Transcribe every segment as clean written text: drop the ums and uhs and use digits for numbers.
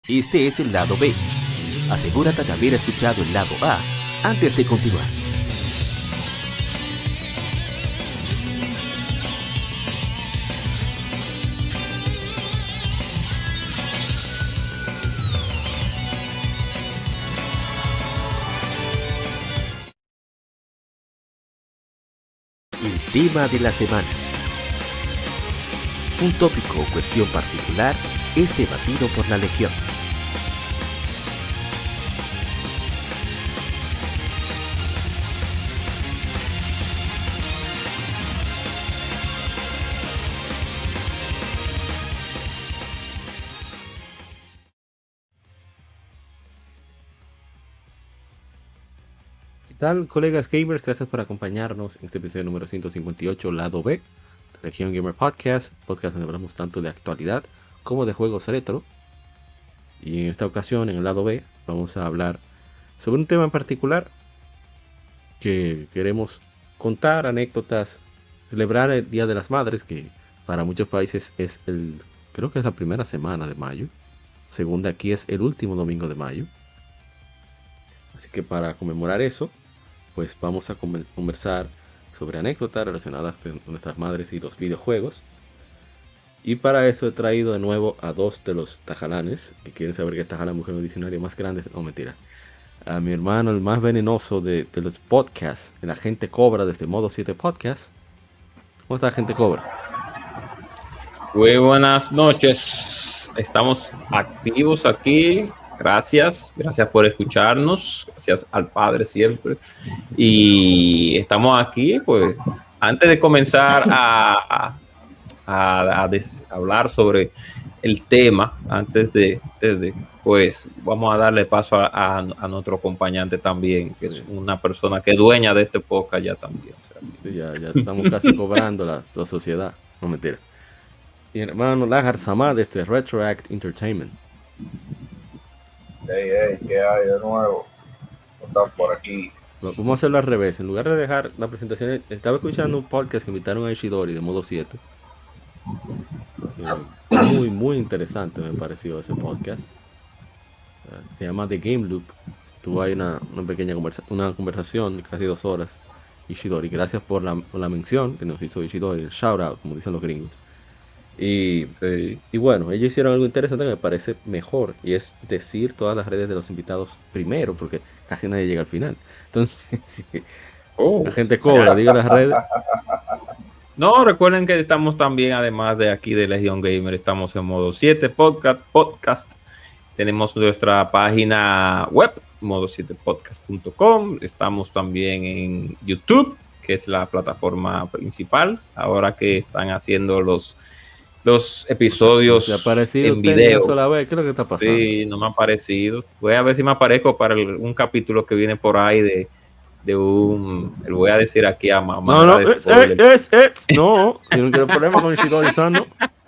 Este es el lado B. Asegúrate de haber escuchado el lado A antes de continuar. El tema de la semana. Un tópico o cuestión particular es debatido por la Legión. ¿Qué tal, colegas gamers? Gracias por acompañarnos en este episodio número 158, lado B, de Legión Gamer Podcast donde hablamos tanto de actualidad como de juegos retro. Y en esta ocasión, en el lado B, vamos a hablar sobre un tema en particular que queremos contar, anécdotas, celebrar el Día de las Madres, que para muchos países es creo que es la primera semana de mayo, segunda aquí es el último domingo de mayo. Así que para conmemorar eso, pues vamos a conversar sobre anécdotas relacionadas con nuestras madres y los videojuegos. Y para eso he traído de nuevo a dos de los tajalanes que quieren saber qué es Tajalán, busquen el diccionario más grande. No, mentira. A mi hermano, el más venenoso de los podcasts, el agente Cobra desde Modo 7 Podcast. ¿Cómo está, agente Cobra? Muy buenas noches. Estamos activos aquí. Gracias por escucharnos. Gracias al Padre siempre. Y estamos aquí, pues, antes de comenzar a hablar sobre el tema, pues vamos a darle paso a nuestro acompañante también, que es una persona que es dueña de este podcast ya también. Ya estamos casi cobrando la sociedad. No, mentira. Y hermano Lajar Samad desde Retroact Entertainment. Hey, ¿qué hay de nuevo? Están por aquí. Vamos a hacerlo al revés. En lugar de dejar la presentación, estaba escuchando un podcast que invitaron a Ishidori de Modo 7. Muy interesante me pareció ese podcast. Se llama The Game Loop. Tuvo ahí una pequeña conversación de casi 2 horas. Ishidori, gracias por la mención que nos hizo Ishidori, el shout out, como dicen los gringos. Y bueno, ellos hicieron algo interesante que me parece mejor, y es decir todas las redes de los invitados primero, porque casi nadie llega al final. Entonces, sí, la gente Cobra, diga las redes. No, recuerden que estamos también, además de aquí de Legion Gamer, estamos en Modo 7 Podcast. Tenemos nuestra página web, modo7podcast.com. Estamos también en YouTube, que es la plataforma principal. Ahora que están haciendo los episodios en video. Sola vez. ¿Qué es lo que está pasando? Sí, no me ha aparecido. Voy a ver si me aparezco para un capítulo que viene por ahí le voy a decir aquí a mamá. No, yo no quiero problema con Ishidori Sano.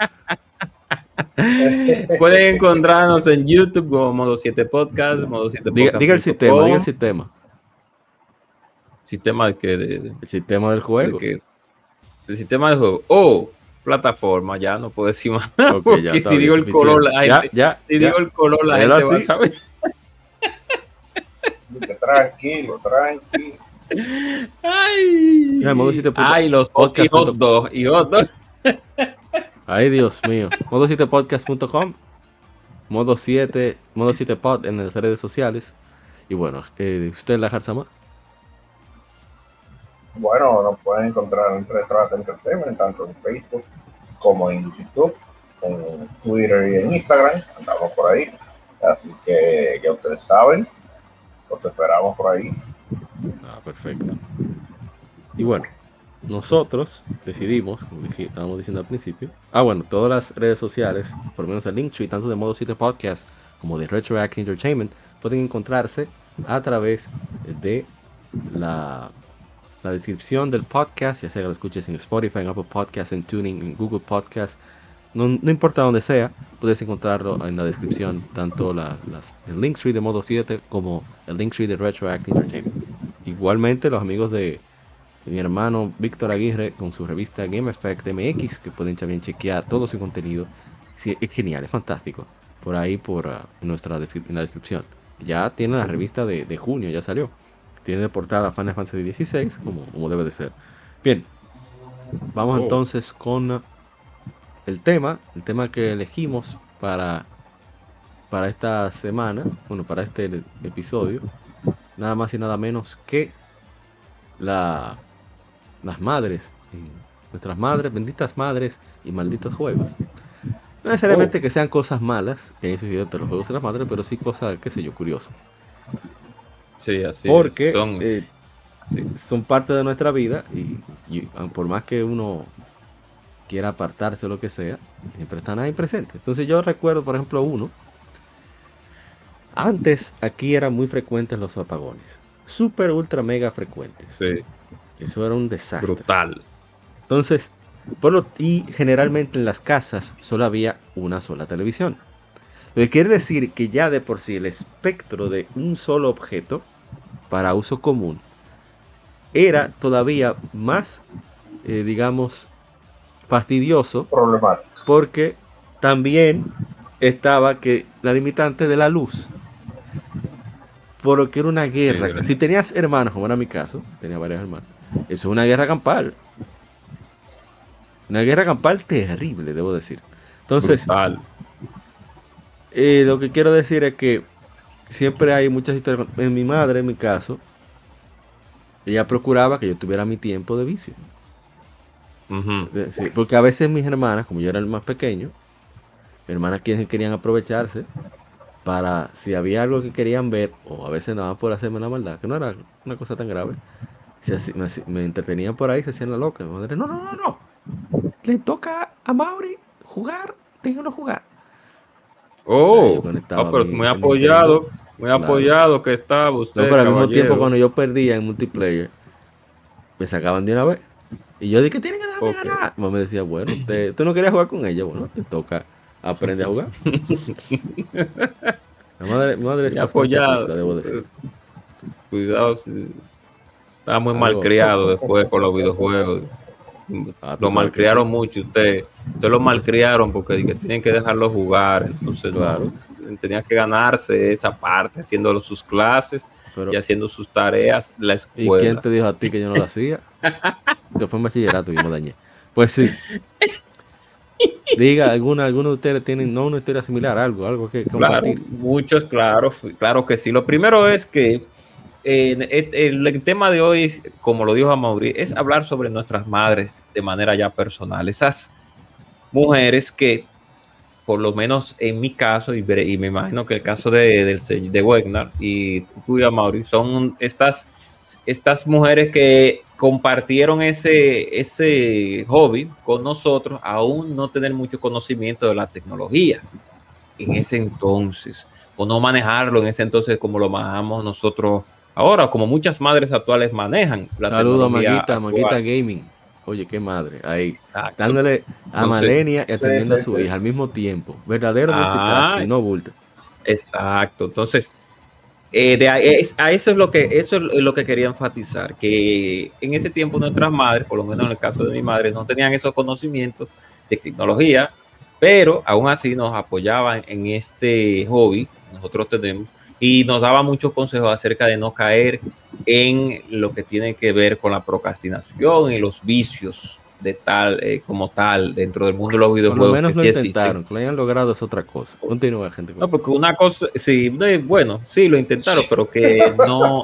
Pueden encontrarnos en YouTube como Modo 7 Podcast, Modo 7 Podcast. Diga el sistema. ¿Sistema de qué? El sistema del juego. El sistema del juego. Plataforma, ya no puedo decir más. Okay, porque si digo el color, la gente va a saber. Tranquilo. Ay, los hot dog. Ay, Dios mío. Modo7podcast.com, Modo 7 Pod en las redes sociales. Y bueno, ¿usted la Jarzama? Bueno, nos pueden encontrar en Retroact Entertainment, tanto en Facebook como en YouTube, en Twitter y en Instagram. Andamos por ahí. Así que ya ustedes saben, los esperamos por ahí. Perfecto. Y bueno, nosotros decidimos, como estábamos diciendo al principio, todas las redes sociales, por lo menos el Linktree, tanto de Modo 7 Podcast como de Retroact Entertainment, pueden encontrarse a través de la descripción del podcast, ya sea que lo escuches en Spotify, en Apple Podcasts, en Tuning, en Google Podcasts, no importa donde sea, puedes encontrarlo en la descripción, tanto el Linktree de Modo 7 como el Linktree de Retroact Entertainment. Igualmente los amigos de mi hermano Víctor Aguirre con su revista Game Effect MX, que pueden también chequear todo su contenido. Sí, es genial, es fantástico. por ahí en en la descripción. Ya tiene la revista de junio, ya salió. Tiene de portada Final Fantasy XVI, como debe de ser. Bien, vamos entonces con el tema que elegimos para esta semana, bueno, para este episodio. Nada más y nada menos que las madres, nuestras madres, benditas madres y malditos juegos. No necesariamente que sean cosas malas que hayan sucedido entre los juegos de las madres, pero sí cosas, qué sé yo, curiosas. Sí, así porque es. Son parte de nuestra vida y por más que uno quiera apartarse o lo que sea, siempre están ahí presentes. Entonces yo recuerdo, por ejemplo, antes aquí eran muy frecuentes los apagones, super ultra mega frecuentes. Sí. Eso era un desastre. Brutal. Entonces, y generalmente en las casas solo había una sola televisión. Lo que quiere decir que ya de por sí el espectro de un solo objeto para uso común era todavía más, digamos, fastidioso. Problemático. Porque también estaba que la limitante de la luz. Por lo que era una guerra. Sí, si tenías hermanos, como era mi caso, tenía varios hermanos, eso es una guerra campal. Una guerra campal terrible, debo decir. Entonces, lo que quiero decir es que siempre hay muchas historias. En mi madre, en mi caso, ella procuraba que yo tuviera mi tiempo de vicio. Sí, porque a veces mis hermanas, como yo era el más pequeño, mis hermanas querían aprovecharse para, si había algo que querían ver, o a veces nada más por hacerme la maldad, que no era una cosa tan grave, me entretenían por ahí, se hacían la loca. Mi madre, no, le toca a Mauri jugar, déjenlo jugar. Pero muy apoyado, apoyado que estaba usted. No, pero al mismo tiempo cuando yo perdía en multiplayer, me sacaban de una vez. Y yo dije, tienen que dejarme ganar. Mamá me decía, bueno, tú no querías jugar con ella, bueno, te toca aprender a jugar. Mi madre es apoyado. Debo decir. Cuidado, estaba muy malcriado después con los videojuegos. Lo malcriaron mucho ustedes lo malcriaron porque tienen que dejarlo jugar. Entonces, claro, tenía que ganarse esa parte, haciendo sus clases y haciendo sus tareas, la escuela. ¿Y quién te dijo a ti que yo no lo hacía? Que fue en bachillerato y yo me dañé. Pues sí. Diga, ¿alguno de ustedes tienen una historia similar? Algo que compartir. Claro, muchos, claro que sí. Lo primero es que el tema de hoy, como lo dijo Amaury, es hablar sobre nuestras madres de manera ya personal. Esas mujeres que, por lo menos en mi caso, y me imagino que el caso de Wegner y tú y Amaury, son estas mujeres que compartieron ese hobby con nosotros, aún no tener mucho conocimiento de la tecnología en ese entonces, o no manejarlo en ese entonces como lo manejamos nosotros ahora, como muchas madres actuales manejan la tecnología. Saludos a Maguita Gaming. Oye, qué madre. Ahí. Exacto. Dándole a Malenia y atendiendo a su hija al mismo tiempo. Verdadero multitasking, no bulto. Exacto. Entonces, eso es lo que quería enfatizar, que en ese tiempo nuestras madres, por lo menos en el caso de mi madre, no tenían esos conocimientos de tecnología, pero aún así nos apoyaban en este hobby que nosotros tenemos y nos daba muchos consejos acerca de no caer en lo que tiene que ver con la procrastinación y los vicios de como tal dentro del mundo de los videojuegos. Por lo menos que lo intentaron, que lo hayan logrado es otra cosa. Continúa, gente. No, porque una cosa, sí, bueno, sí lo intentaron, pero que no.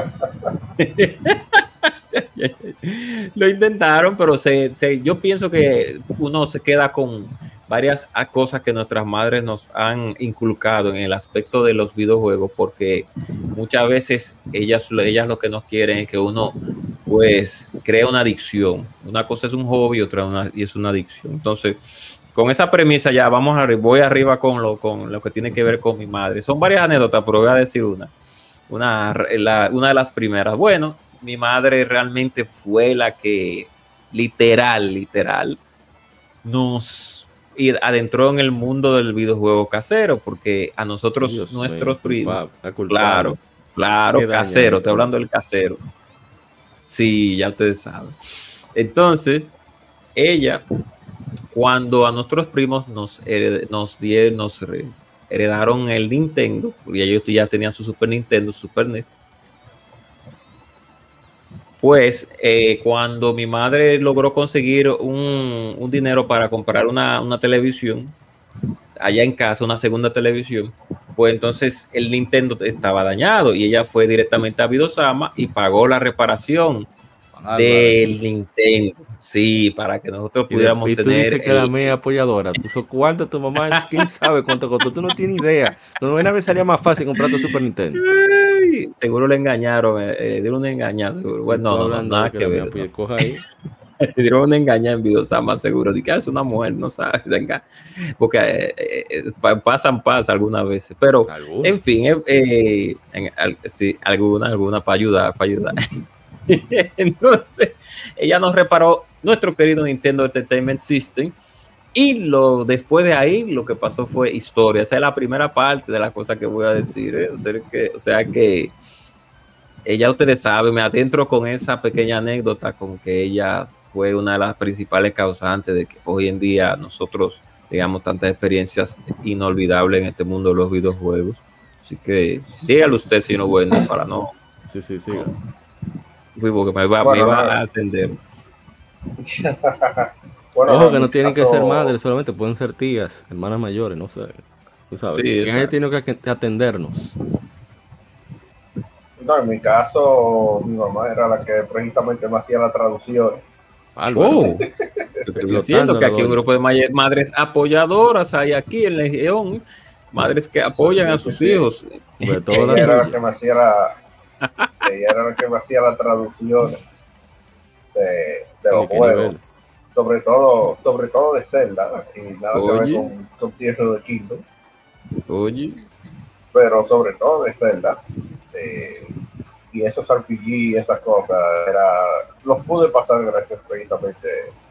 Lo intentaron, pero yo pienso que uno se queda con varias cosas que nuestras madres nos han inculcado en el aspecto de los videojuegos, porque muchas veces ellas lo que nos quieren es que uno pues crea una adicción. Una cosa es un hobby, otra y es una adicción. Entonces, con esa premisa ya voy arriba con lo que tiene que ver con mi madre. Son varias anécdotas, pero voy a decir una de las primeras. Bueno, mi madre realmente fue la que literal nos adentró en el mundo del videojuego casero, porque a nosotros, nuestros primos, claro, casero, estoy hablando del casero. Sí, ya ustedes saben. Entonces, ella, cuando a nuestros primos heredaron el Nintendo, porque ellos ya tenían su Super Nintendo, Super NES. Pues cuando mi madre logró conseguir un dinero para comprar una televisión, allá en casa, una segunda televisión, pues entonces el Nintendo estaba dañado y ella fue directamente a Vidosama y pagó la reparación del Nintendo. Sí, para que nosotros pudiéramos y tú tener. dices que la mía apoyadora puso cuarto, tu mamá, quién sabe cuánto costó, tú no tienes idea. Una vez salía más fácil comprar tu Super Nintendo. Ay, seguro le engañaron, dieron una engañada, seguro. Bueno, no, nada que ver. Mía, coja ahí. Dieron una engañada en Vidosama, seguro. Dice que es una mujer, no sabe. Venga. Porque pasan algunas veces. Pero, en fin, sí, alguna para ayudar. Entonces, ella nos reparó nuestro querido Nintendo Entertainment System. Y después de ahí, lo que pasó fue historia. Esa es la primera parte de la cosa que voy a decir. O sea que ya ustedes saben, me adentro con esa pequeña anécdota con que ella fue una de las principales causantes de que hoy en día nosotros tengamos tantas experiencias inolvidables en este mundo de los videojuegos. Así que dígale usted si no bueno para no. Sí, siga. Porque me iba a atender. Bueno, ojo que no tienen que ser madres, solamente pueden ser tías, hermanas mayores, no sé. Tú sabes. Sí, ella tiene que atendernos. No, en mi caso, mi mamá era la que precisamente me hacía la traducción. Estoy diciendo que aquí hay un grupo de madres apoyadoras hay aquí en Legión, madres que apoyan a sus hijos. Ella era la que me hacía la traducción de los juegos. Sobre todo de Zelda, y nada que ver con Tears of the Kingdom. Pero sobre todo de Zelda. Y esos RPG y esas cosas, los pude pasar gracias precisamente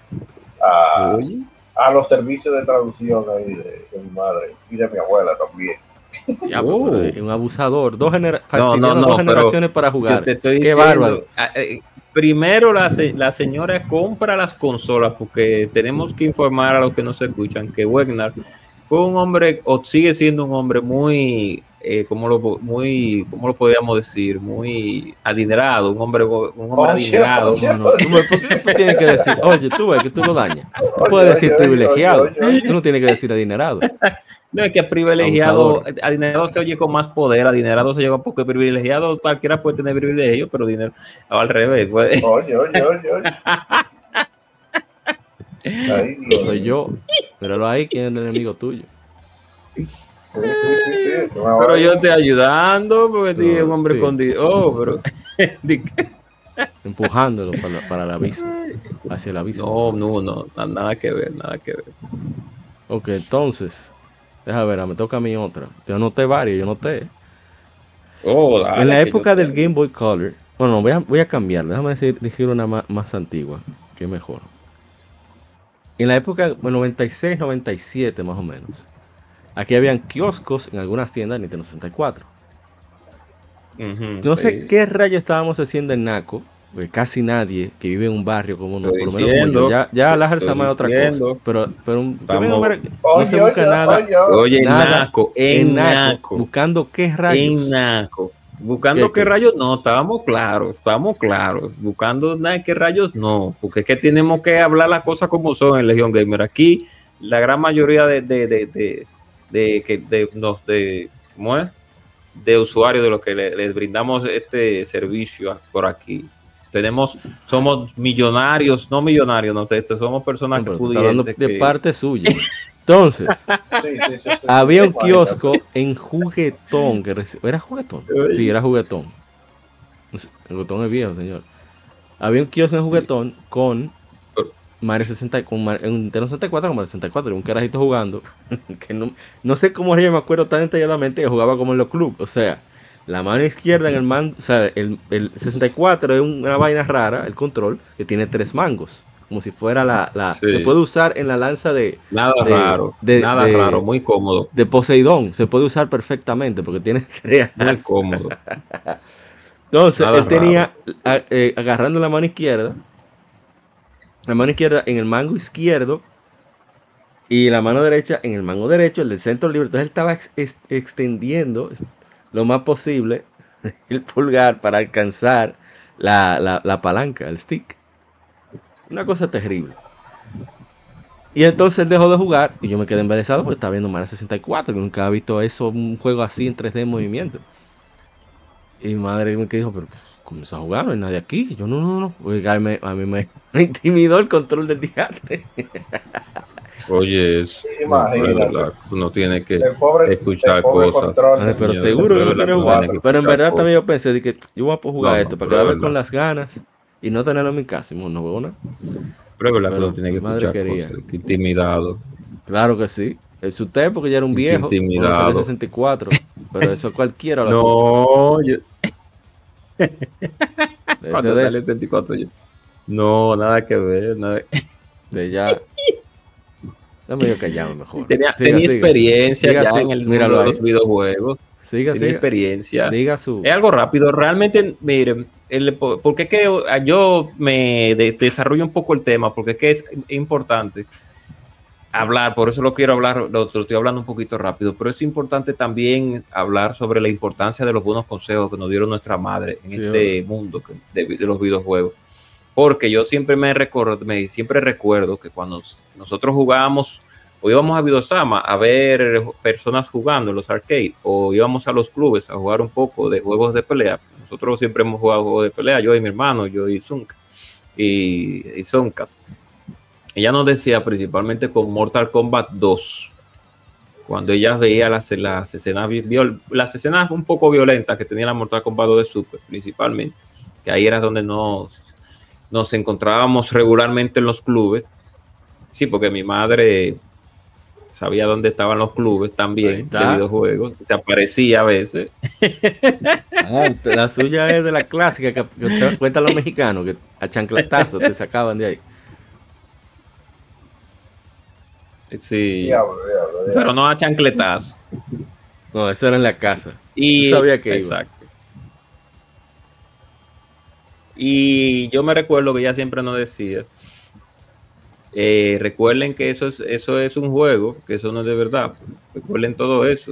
a los servicios de traducción ahí de mi madre y de mi abuela también. Ya, un abusador, dos generaciones para jugar. Qué bárbaro. Primero la señora compra las consolas, porque tenemos que informar a los que nos escuchan que Wegner fue un hombre, o sigue siendo un hombre muy, ¿cómo lo podríamos decir? Muy adinerado, un hombre adinerado. ¿Por qué tú tienes que decir? Oye, tú ves que tú lo dañas. Tú puedes decir privilegiado, tú no tienes que decir adinerado. No, es que privilegiado, adinerado se oye con más poder, adinerado se oye porque privilegiado, cualquiera puede tener privilegio, pero dinero, al revés. Pues. Oye. No soy yo, míralo ahí, ¿quién es el enemigo tuyo? Sí. Pero yo estoy ayudando porque tiene un hombre escondido. Pero empujándolo para el abismo, hacia el abismo. No, nada que ver. Ok, entonces, deja ver, me toca a mí otra. Yo anoté varias, dale, en la época del Game Boy Color, bueno, voy a cambiar, déjame decir una más antigua, que es mejor. En la época 96, 97 más o menos, aquí habían kioscos en algunas tiendas de Nintendo 64. No sé qué rayo estábamos haciendo en Naco, porque casi nadie que vive en un barrio como uno, por lo menos como yo, ya Lájar Sama es otra cosa, pero no se busca nada. Oye, nada, en Naco, buscando qué rayos. En Naco. Buscando qué rayos no, estábamos claros, buscando nada qué rayos no, porque es que tenemos que hablar las cosas como son en Legion Gamer. Aquí la gran mayoría de usuarios de los que les brindamos este servicio por aquí, somos millonarios, no, somos personas que pudientes. Hablando de parte suya. Entonces, había un kiosco en Juguetón. ¿Era Juguetón? Sí, era Juguetón. Juguetón es viejo, señor. Había un kiosco en Juguetón con Mario 64, un Nintendo 64 con Mario 64. Un carajito jugando. Que no sé cómo yo me acuerdo tan detalladamente que jugaba como en los clubes. O sea, la mano izquierda en el mando. O sea, el 64 es una vaina rara, el control, que tiene 3 mangos. Como si fuera sí. Se puede usar en la lanza de... Nada raro, muy cómodo. De Poseidón, se puede usar perfectamente porque tiene... Muy cómodo. Entonces, él tenía, agarrando la mano izquierda en el mango izquierdo, Y la mano derecha, en el mango derecho, el del centro libre. Entonces él estaba extendiendo lo más posible el pulgar para alcanzar la palanca, el stick. Una cosa terrible. Y entonces él dejó de jugar y yo me quedé embelesado porque estaba viendo Mario 64, que nunca había visto eso, un juego así en 3D en movimiento. Y mi madre me dijo, pero comenzó a jugar, no hay nadie aquí. Y yo, no. Oiga, a mí me intimidó el control del diante. Oye, no, pero es Imagínate. verdad, uno tiene que El escuchar pobre cosas. control Madre, pero del Señores, seguro pero que es no verdad quiere que uno jugar. tiene que Pero en escuchar verdad también cosas. yo pensé, de que yo voy a poder No, jugar no, esto para pero es quedarme con verdad. las ganas y no tenerlo en mi casa. Y no juego nada. Pero es verdad que uno Pero tiene mi que madre escuchar quería. cosas. Que intimidado. Claro que sí. En su tiempo que ya era un Que viejo, cuando salió el intimidado. 64. Pero eso cualquiera lo hacía. No, Ese cuando de sale eso. el 64 yo. No, nada que ver. De ya. No me dio callado mejor. Siga, Tenía siga. experiencia Diga ya su. en el mundo Míralo de los ahí. videojuegos. Siga, Tenía siga. experiencia. Diga su. Es algo rápido. Realmente, miren, porque es que yo me desarrollo un poco el tema, porque es que es importante hablar, por eso lo quiero hablar, lo estoy hablando un poquito rápido, pero es importante también hablar sobre la importancia de los buenos consejos que nos dieron nuestra madre en Sí, es verdad. este mundo de los videojuegos. Porque yo siempre siempre recuerdo que cuando nosotros jugábamos o íbamos a Videosama a ver personas jugando en los arcades o íbamos a los clubes a jugar un poco de juegos de pelea. Nosotros siempre hemos jugado juegos de pelea, yo y mi hermano, yo y Zunka y Zonka. Ella nos decía principalmente con Mortal Kombat 2, cuando ella veía las escenas un poco violentas que tenía la Mortal Kombat 2 de Super, principalmente, que ahí era donde nos encontrábamos regularmente en los clubes. Sí, porque mi madre sabía dónde estaban los clubes Ahí también de está. videojuegos, se aparecía a veces. Ah, la suya es de la clásica que usted cuentan los mexicanos, que a chanclatazos te sacaban de ahí. Sí, Diablo, diablo, pero diablo. no a chancletazo. No, eso era en la casa. Tú Y sabías que iba. exacto. Y yo me recuerdo que ella siempre nos decía, recuerden que eso es un juego, que eso no es de verdad. Recuerden todo eso,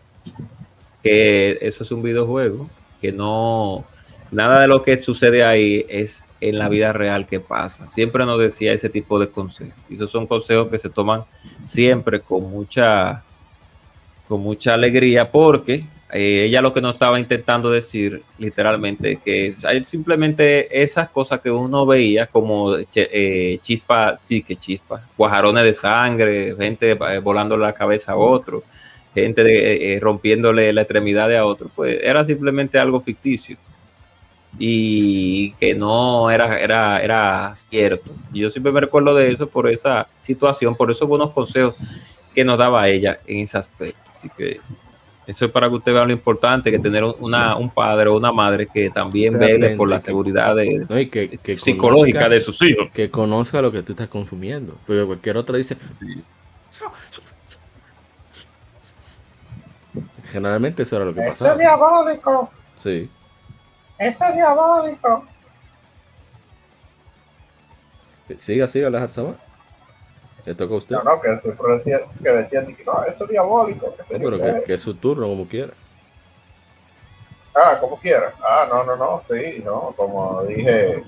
que eso es un videojuego, que no, nada de lo que sucede ahí es en la vida real que pasa. Siempre nos decía ese tipo de consejos. Y esos son consejos que se toman siempre con mucha alegría porque ella lo que nos estaba intentando decir literalmente que hay simplemente esas cosas que uno veía como chispas, sí que chispas, guajarones de sangre, gente volando la cabeza a otro, gente rompiéndole la extremidad a otro, pues era simplemente algo ficticio y que no era cierto. Y yo siempre me recuerdo de eso por esa situación, por esos buenos consejos que nos daba ella en ese aspecto. Así que eso es para que usted vea lo importante que tener un padre o una madre que también Esté vele por atento la seguridad no, y que psicológica conozca, de sus hijos. que conozca lo que tú estás consumiendo. Pero cualquier otra dice, Sí. generalmente eso era lo que ¡Eso pasaba. es diabólico! Sí. ¡Eso es diabólico! Siga, Alejandro Sama. Le toca a usted. No, que siempre decían que no, eso es diabólico. No, pero que es su turno como quiera. Ah, como quiera. Ah, no, sí, no, como dije,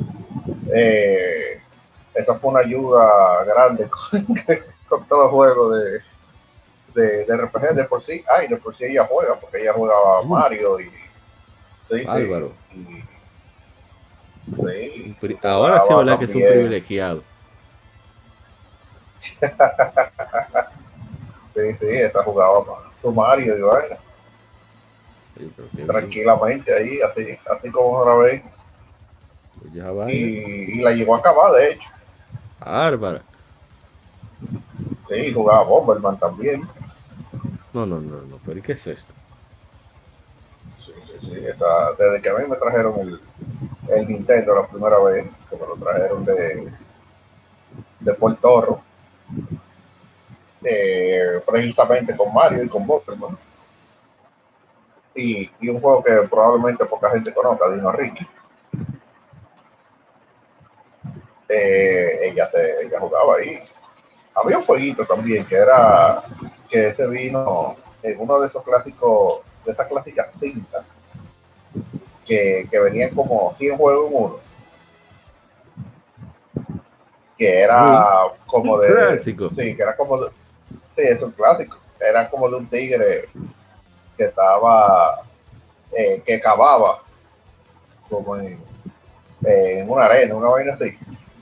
eso fue una ayuda grande con todo juego de RPG de por sí. Ay, de por sí ella juega, porque ella jugaba Mario y sí, Álvaro. Sí, Ahora sí, ¿verdad? también. Que es un privilegiado. Sí, esa jugaba su Mario y vaina. Sí, Tranquilamente ahí, así como una vez. Pues ya va. Y la llegó a acabar, de hecho. Álvaro. Sí, jugaba Bomberman también. No, pero ¿y qué es esto? Sí, desde que a mí me trajeron el Nintendo la primera vez, que me lo trajeron de Puerto precisamente con Mario y con Bomberman. Y un juego que probablemente poca gente conozca, Dino Ricky. Ella jugaba ahí. Había un jueguito también que ese vino en uno de esos clásicos, de estas clásicas cintas, que venían como 100 juegos en uno, que era como un de, clásico. sí, que era como de, sí, es un clásico, era como de un tigre que estaba, que cavaba como en una arena, una vaina así.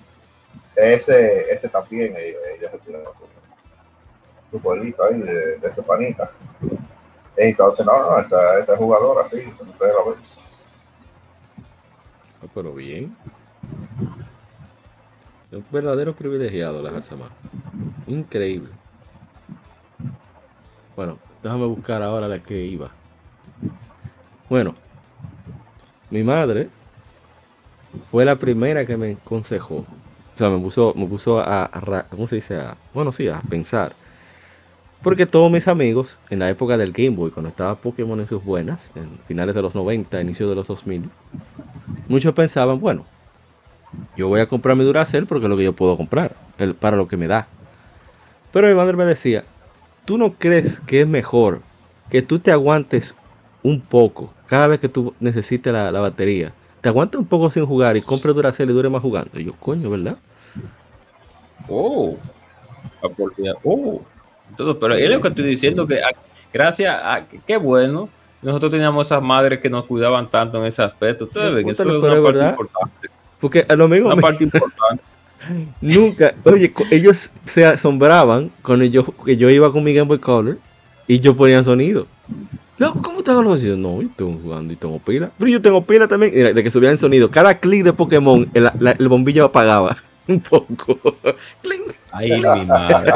Ese también, ellos se tiraron su jueguito ahí de ese panita. Entonces, no, esta jugadora, sí, ustedes la ven. Pero bien. Un verdadero privilegiado la Garzamá. Increíble. Bueno, déjame buscar ahora la que iba. Bueno, mi madre fue la primera que me aconsejó. O sea, me puso ¿cómo se dice? Bueno, sí, a pensar. Porque todos mis amigos, en la época del Game Boy, cuando estaba Pokémon en sus buenas, en finales de los 90, inicio de los 2000, muchos pensaban, bueno, yo voy a comprar mi Duracell porque es lo que yo puedo comprar, para lo que me da. Pero mi madre me decía, ¿tú no crees que es mejor que tú te aguantes un poco cada vez que tú necesites la batería? Te aguantes un poco sin jugar y compres Duracell y dure más jugando. Y yo, coño, ¿verdad? Oh, entonces, pero Sí. es lo que estoy diciendo, que gracias a, qué bueno, nosotros teníamos esas madres que nos cuidaban tanto en ese aspecto. Ustedes ven, eso es Pero una es parte verdad. importante. Porque a lo mismo Una parte importante. nunca, oye, ellos se asombraban cuando que yo iba con mi Game Boy Color y yo ponía sonido. Loco, ¿cómo estaban los sonidos? No, yo estoy jugando y tengo pila. Pero yo tengo pila también. Mira, de que subía el sonido. Cada clic de Pokémon, el bombillo apagaba un poco. Clink. Ay, mi madre.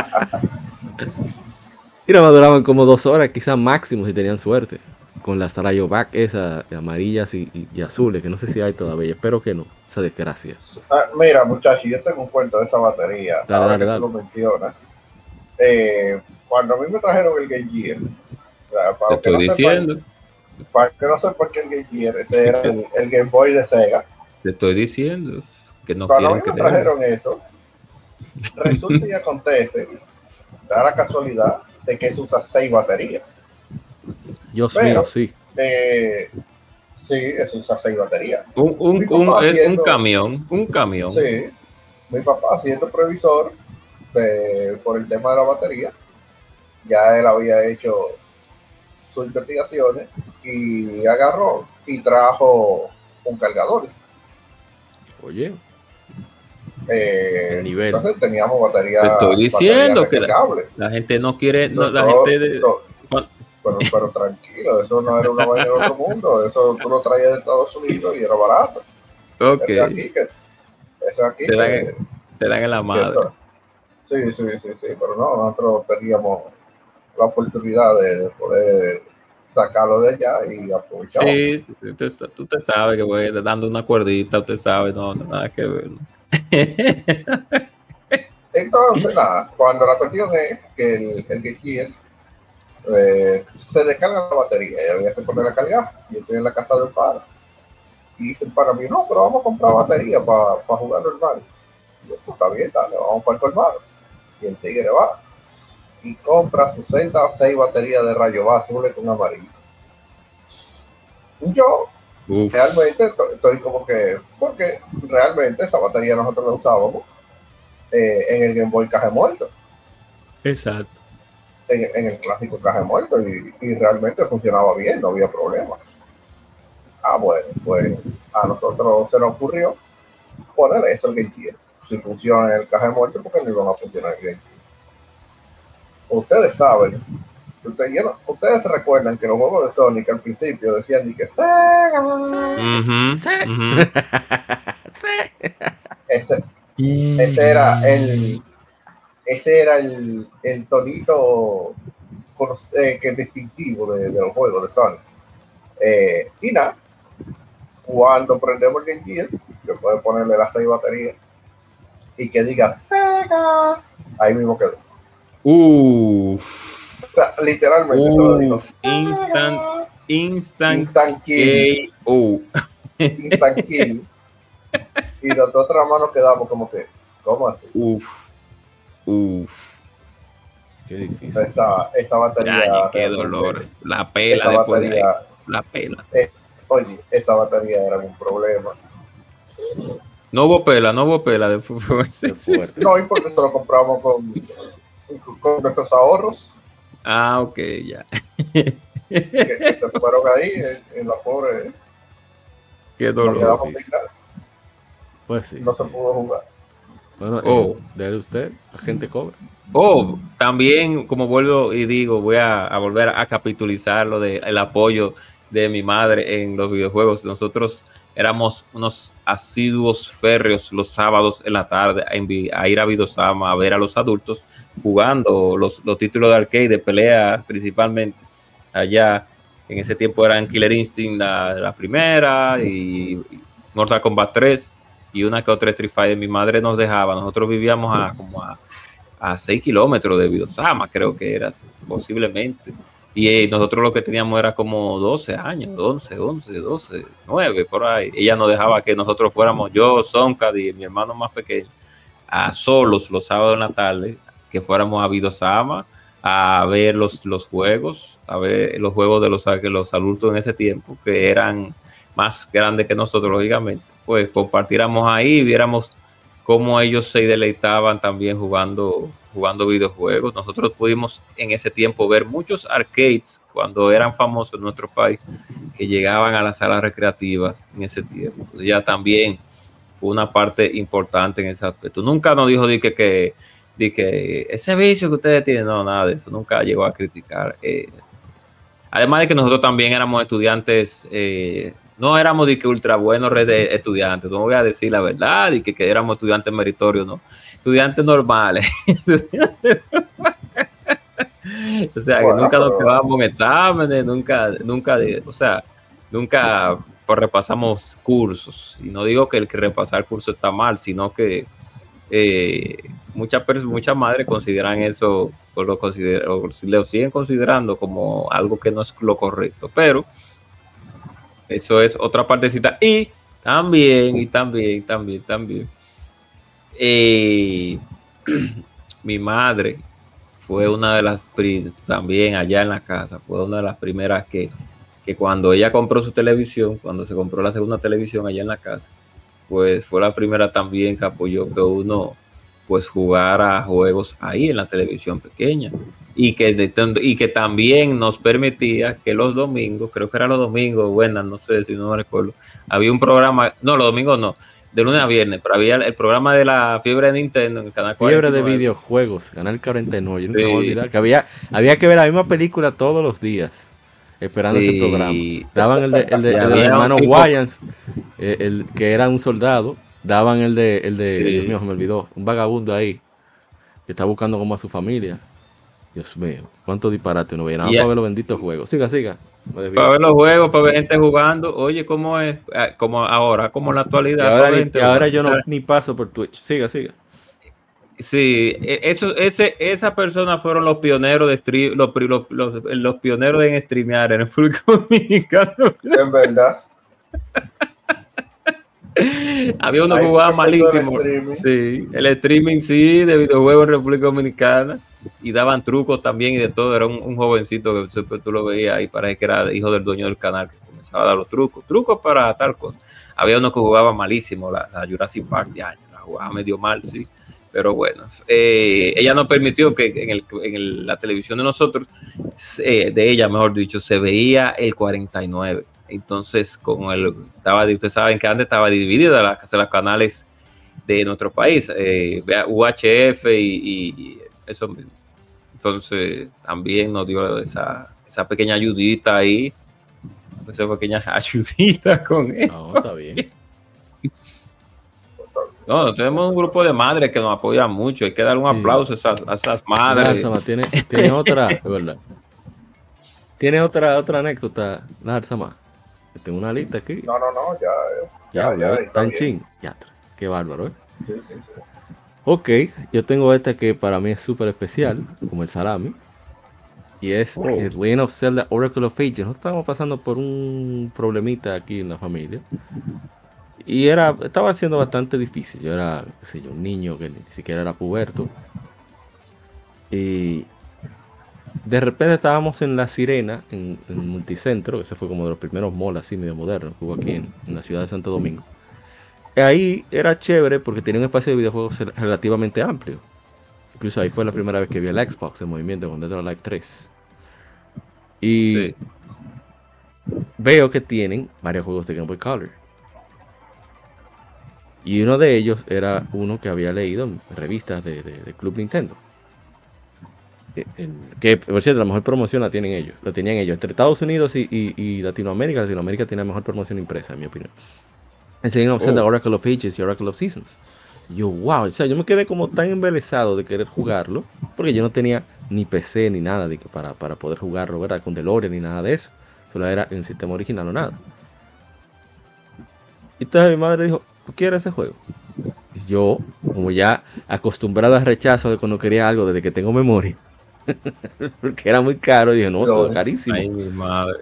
Y nada más duraban como 2 horas, quizás máximo si tenían suerte. Con las Rayovac esas amarillas y azules, que no sé si hay todavía. Espero que no. Esa desgracia. Mira, muchachos, yo tengo un cuento de esa batería. Dale, Ahora dale, que dale. tú lo mencionas. Cuando a mí me trajeron el Game Gear, Te estoy diciendo. Para que no sepan que el Game Gear, ese era el Game Boy de Sega. Te estoy diciendo que no Cuando a quieren mí me creer. trajeron eso, resulta y acontece, da la casualidad de que se usa 6 baterías. Dios Pero, mío, sí. sí, se usa 6 baterías. Un camión. Sí, mi papá siendo previsor por el tema de la batería, ya él había hecho sus investigaciones y agarró y trajo un cargador. Oye, el nivel. Entonces teníamos batería. Te estoy diciendo que recargable. la gente no quiere, pero tranquilo, eso no era una vaina de otro mundo, eso tú lo traías de Estados Unidos y era barato. Ok. Eso aquí te dan en la madre. Sí, pero no, nosotros teníamos la oportunidad de poder sacarlo de allá y aprovechar. Sí, tú te sabes que voy dando una cuerdita, usted sabe, no nada que ver. Entonces, nada, cuando la cuestión es que el que quiere se descarga la batería y había que ponerla a cargar. Yo estoy en la casa del pana y dice el pana mío, no, pero vamos a comprar batería para jugar normal. Y yo, pues está bien, dale, vamos para el colmado. Y el tigre va y compra 66 baterías de rayo azules con amarillo. Yo realmente estoy como que, porque realmente esa batería nosotros la usábamos en el Game Boy caja muerto. Exacto. En el clásico caja muerto y realmente funcionaba bien, no había problema. Bueno, pues a nosotros se nos ocurrió poner eso el Game Gear. Si funciona en el caja muerto, porque no iban a funcionar en el Game Gear. Ustedes saben, ustedes se recuerdan que los juegos de Sonic al principio decían ni que ese era el tonito que es distintivo de los juegos de Sonic. Y nada, cuando prendemos el Game Gear, yo puedo ponerle las 6 baterías y que diga Sega, ahí mismo quedó. O sea, literalmente se lo digo. Instant kill. Instant kill. Y nosotros más nos quedamos como que, ¿cómo así? Uf, Qué difícil. Esa batería. ya, qué dolor. La pela Esa después de ahí. batería, La pela. oye, esa batería era un problema. No hubo pela de fútbol. Qué fuerte. No, y porque se lo compramos con nuestros ahorros Ah, ok, ya. que se fueron ahí en la pobre. Qué Nos dolor. quedamos difícil. sin nada, Pues sí. no se pudo jugar. Bueno, Oh. dele usted, la gente cobra. Oh, también, como vuelvo y digo, voy a volver a capitalizar lo del apoyo de mi madre en los videojuegos. Nosotros éramos unos asiduos férreos los sábados en la tarde a ir a Vidosama a ver a los adultos jugando los títulos de arcade, de pelea principalmente. Allá, en ese tiempo eran Killer Instinct la primera y Mortal Kombat 3 y una que otra Street Fighter. Mi madre nos dejaba, nosotros vivíamos a 6 kilómetros de Vidosama, creo que era posiblemente. Y nosotros lo que teníamos era como 12 años, 11, 12, 9, por ahí. Ella nos dejaba que nosotros fuéramos, yo, Sonkad y mi hermano más pequeño, a solos los sábados en la tarde, que fuéramos a Vidosama a ver los juegos, a ver los juegos de los adultos en ese tiempo, que eran más grandes que nosotros, lógicamente. Pues compartiéramos ahí, viéramos cómo ellos se deleitaban también jugando videojuegos. Nosotros pudimos en ese tiempo ver muchos arcades cuando eran famosos en nuestro país, que llegaban a las salas recreativas en ese tiempo. Ya también fue una parte importante en ese aspecto. Nunca nos dijo de que ese vicio que ustedes tienen, no, nada de eso, nunca llegó a criticar. Además de que nosotros también éramos estudiantes, no éramos de que ultra buenos estudiantes, no voy a decir la verdad, y que éramos estudiantes meritorios, no, estudiantes normales. O sea, bueno, que nunca nos quedábamos en exámenes, nunca repasamos cursos. Y no digo que el que repasar cursos está mal, sino que muchas madres consideran eso, o lo siguen considerando como algo que no es lo correcto, pero eso es otra partecita. Y también mi madre fue una de las, también allá en la casa, fue una de las primeras que cuando ella compró su televisión, cuando se compró la segunda televisión allá en la casa, pues fue la primera también que apoyó que uno pues jugara juegos ahí en la televisión pequeña, y que también nos permitía que los domingos, creo que eran los domingos, bueno, no sé si no me recuerdo, había un programa, no, los domingos no, de lunes a viernes, pero había el programa de la fiebre de Nintendo en el canal 49. Fiebre de videojuegos, canal 49. Yo nunca me voy a olvidar que había que ver la misma película todos los días esperando ese programa. Daban el de hermano Wayans, el que era un soldado. Daban el de Dios mío, se me olvidó, un vagabundo ahí que está buscando como a su familia. Dios mío, cuánto disparate uno veía, nada para ver los benditos juegos. Siga. Para ver los juegos, para ver gente jugando. Oye, ¿cómo es? Como ahora, como en la actualidad. Y ahora yo no ni paso por Twitch. Siga. Sí, esa persona fueron los pioneros de stream, los pioneros en streamear en el República Dominicana. En verdad. Había uno que jugaba malísimo. Sí, el streaming sí, de videojuegos en República Dominicana. Y daban trucos también y de todo. Era un jovencito que tú lo veías y parece que era hijo del dueño del canal, que comenzaba a dar los trucos para tal cosa. Había uno que jugaba malísimo, la Jurassic Park, ya, la jugaba medio mal, sí. Pero bueno, ella nos permitió que en la televisión de nosotros, de ella mejor dicho, se veía el 49. Entonces, ustedes saben que antes estaba dividida los canales de nuestro país, UHF y eso mismo. Entonces, también nos dio esa pequeña ayudita ahí, esa pequeña ayudita con eso. No, está bien. No, tenemos un grupo de madres que nos apoyan mucho. Hay que dar un aplauso a esas madres. Narsama, tiene otra, es verdad. Tiene otra anécdota, Narsama. Tengo una lista aquí. No, ya está en ching. Ya, qué bárbaro, ¿eh? Sí. Ok, yo tengo esta que para mí es súper especial, como el salami. Y es el Legend of Zelda Oracle of Ages. Nosotros estábamos pasando por un problemita aquí en la familia. Y estaba siendo bastante difícil. Yo era, un niño que ni siquiera era puberto. Y de repente estábamos en La Sirena, en Multicentro, ese fue como de los primeros malls así medio modernos que hubo aquí en la ciudad de Santo Domingo. Ahí era chévere porque tenía un espacio de videojuegos relativamente amplio. Incluso ahí fue la primera vez que vi el Xbox en movimiento con Dead or Alive 3. Y Sí. veo que tienen varios juegos de Game Boy Color. Y uno de ellos era uno que había leído en revistas de Club Nintendo. Que, por cierto, la mejor promoción la tienen ellos. La tenían ellos. Entre Estados Unidos y Latinoamérica tiene la mejor promoción impresa, en mi opinión. Es Legend of Zelda, Oracle of Ages y Oracle of Seasons. Y yo, wow, o sea, yo me quedé como tan embelesado de querer jugarlo, porque yo no tenía ni PC ni nada de que para poder jugarlo, ¿verdad? Con DeLorean ni nada de eso. Solo era en el sistema original o nada. Y entonces mi madre dijo, ¿tú quieres ese juego? Y yo, como ya acostumbrado al rechazo de cuando quería algo desde que tengo memoria, porque era muy caro, dije, no, eso es carísimo. Ay, mi madre.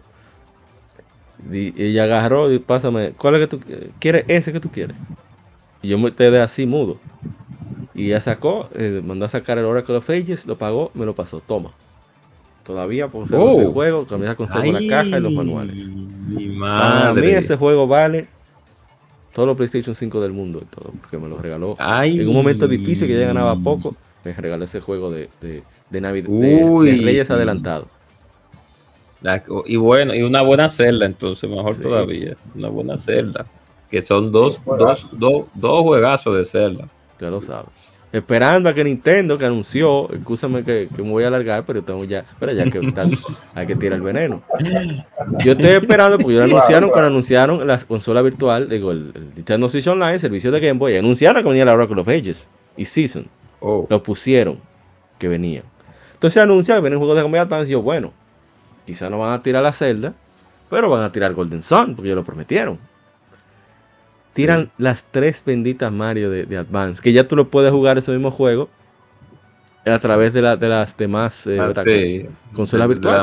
Y ella agarró y pásame, ¿cuál es que tú quieres? Ese que tú quieres. Y yo me quedé así mudo. Y ella sacó, mandó a sacar el Oracle of Ages, lo pagó, me lo pasó, toma. Todavía conservo ese juego, todavía conservo la caja y los manuales. Mi madre. Para mí ese juego vale todos los PlayStation 5 del mundo y todo, porque me lo regaló en un momento difícil que ya ganaba poco, me regaló ese juego de Navidad, de Reyes adelantado. Y bueno, y una buena celda, entonces mejor todavía, una buena celda, que son dos juegazos de celda. Ya lo sabes. Esperando a que Nintendo, que anunció, escúchame que me voy a alargar, pero estamos ya, que hay que tirar el veneno. Yo estoy esperando porque ya anunciaron, cuando anunciaron la consola virtual, digo, el Nintendo Switch Online, servicio de Game Boy, anunciaron que venía la Oracle of Ages y Season. Lo pusieron que venían. Entonces anuncia que vienen juegos de Game Boy Advance y yo, bueno, quizás no van a tirar la Zelda, pero van a tirar Golden Sun, porque ya lo prometieron. Tiran las 3 benditas Mario de Advance, que ya tú lo puedes jugar ese mismo juego a través de las demás consolas virtuales.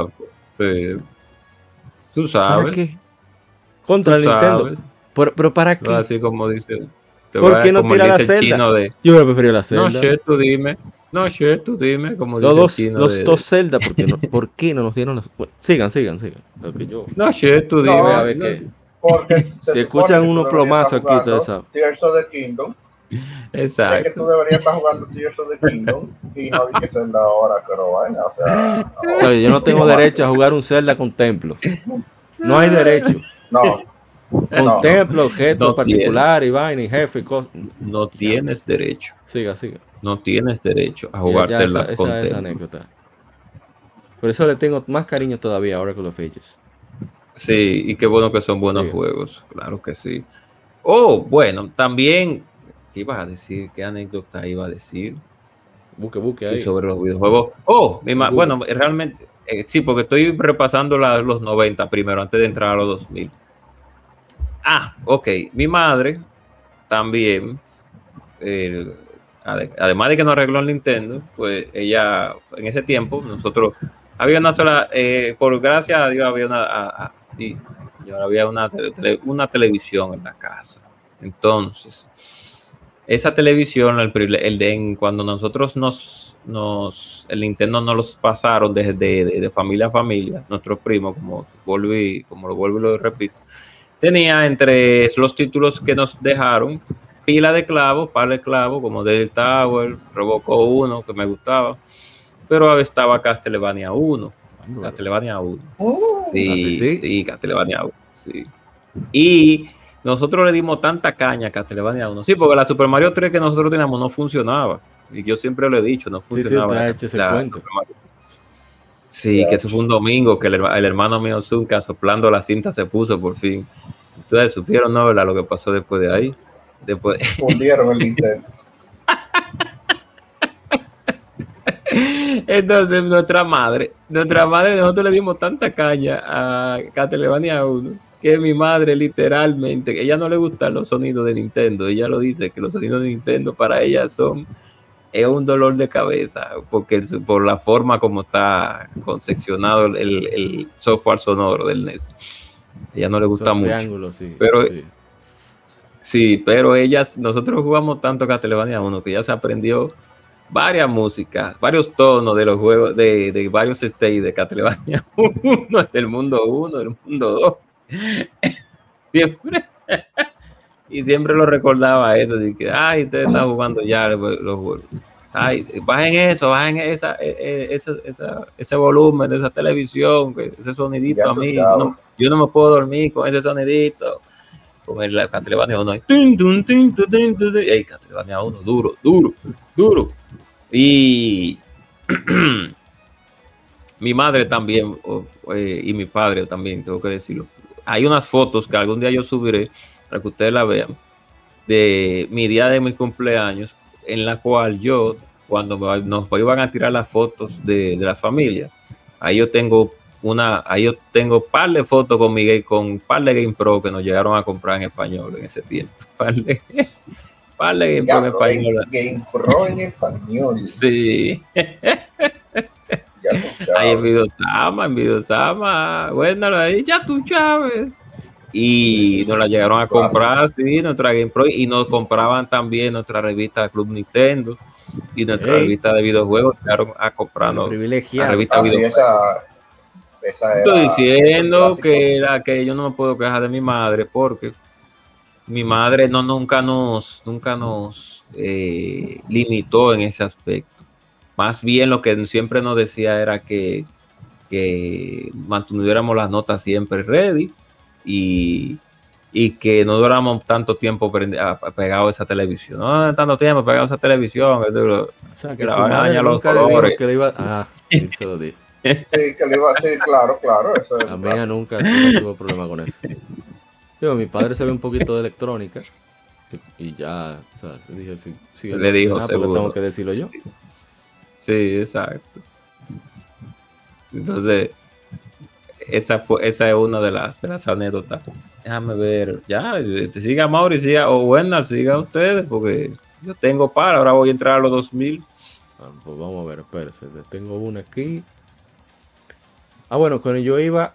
Tú sabes. ¿Para qué? Contra el Nintendo. Pero ¿para qué? Así como dice. ¿Por qué no tira la Zelda? Yo me prefiero la Zelda. No, tú dime. Como dice los dos Zelda, ¿por qué no nos dieron las? Bueno, sigan. Lo que yo... No, tú dime. A ver qué. Porque si escuchan unos plomazos aquí, ustedes saben. Tears of the Kingdom. Exacto. Es que tú deberías estar jugando Tears of the Kingdom y no di que Zelda ahora, pero vaina. O sea, yo no tengo derecho a jugar un Zelda con templos. No hay derecho. No. Con templos, objetos particulares, y vaina, y jefe y cosas. No tienes derecho. Siga. No tienes derecho a jugar Zelda con templos. Esa es la anécdota. Por eso le tengo más cariño todavía ahora con los Ages. Sí, y qué bueno que son buenos juegos, claro que sí. Bueno, también, ¿qué ibas a decir? ¿Qué anécdota iba a decir? Busque ahí. Sobre los videojuegos. Bueno, realmente, sí, porque estoy repasando los 90 primero, antes de entrar a los 2000. Mi madre también, además de que nos arregló el Nintendo, pues ella, en ese tiempo, nosotros, había una sola, por gracias a Dios, había una televisión en la casa. Entonces, esa televisión, cuando nosotros el Nintendo nos los pasaron de familia a familia, nuestros primos, como lo vuelvo y lo repito, tenía entre los títulos que nos dejaron pila de clavos, par de clavos, como Devil Tower, Robocop 1, que me gustaba, pero estaba Castlevania 1. Castlevania 1. Sí, Castlevania 1. Sí. Y nosotros le dimos tanta caña a Castlevania 1. Sí, porque la Super Mario 3 que nosotros teníamos no funcionaba. Y yo siempre lo he dicho, no funcionaba. Sí, hecho ese cuento. Sí, que eso fue un domingo que el hermano mío Zunca soplando la cinta se puso por fin. Entonces supieron, ¿no? ¿Verdad? Lo que pasó después de ahí. Fundieron el Nintendo. Entonces nuestra madre, nosotros le dimos tanta caña a Castlevania 1 que mi madre literalmente, ella no le gustan los sonidos de Nintendo, ella lo dice, que los sonidos de Nintendo para ella es un dolor de cabeza, porque por la forma como está concepcionado el software sonoro del NES, ella no le gusta mucho. Sí, pero nosotros jugamos tanto Castlevania 1 que ya se aprendió varias músicas, varios tonos de los juegos, de varios stages de Castlevania 1, del mundo 1, del mundo 2. Siempre. Y siempre lo recordaba eso, de que, ay, ustedes están jugando ya los juegos. Ay, bajen eso, bajen ese volumen de esa televisión, ese sonidito a mí. Yo no me puedo dormir con ese sonidito. Con el Castlevania 1. Ey, Castlevania 1, duro. Y mi madre también, y mi padre también, tengo que decirlo. Hay unas fotos que algún día yo subiré para que ustedes la vean, de mi día de mi cumpleaños, en la cual yo, cuando nos iban a tirar las fotos de la familia, ahí yo tengo un par de fotos con Miguel, con un par de Game Pro que nos llegaron a comprar en español en ese tiempo. Par de Game Pro en español. Game Pro en español. Sí. Ahí en Videosama, bueno, ahí ya tú sabes. Y nos la llegaron a comprar, sí, nuestra Game Pro, y nos compraban también nuestra revista Club Nintendo y nuestra revista de videojuegos. Llegaron a comprarnos la revista de videojuegos. Estoy diciendo que yo no me puedo quejar de mi madre, porque mi madre nunca nos limitó en ese aspecto. Más bien lo que siempre nos decía era que mantuviéramos las notas siempre ready y que no duráramos tanto tiempo pegado a esa televisión. No tanto tiempo pegado a esa televisión. O sea, que la van a dañar los colores. Que le iba, eso lo dije. Sí, que le iba a decir, claro. Eso a mí nunca tuvo problema con eso. Digo, mi padre se ve un poquito de electrónica y ya, o sea, dije, sí, le dijo, porque tengo que decirlo yo. Sí, exacto. Entonces, esa es una de las anécdotas. Déjame ver, ya, siga Mauri, siga, o Wendell, siga ustedes, porque yo tengo ahora voy a entrar a los 2000. Pues vamos a ver, espérense, tengo una aquí. Bueno, cuando yo iba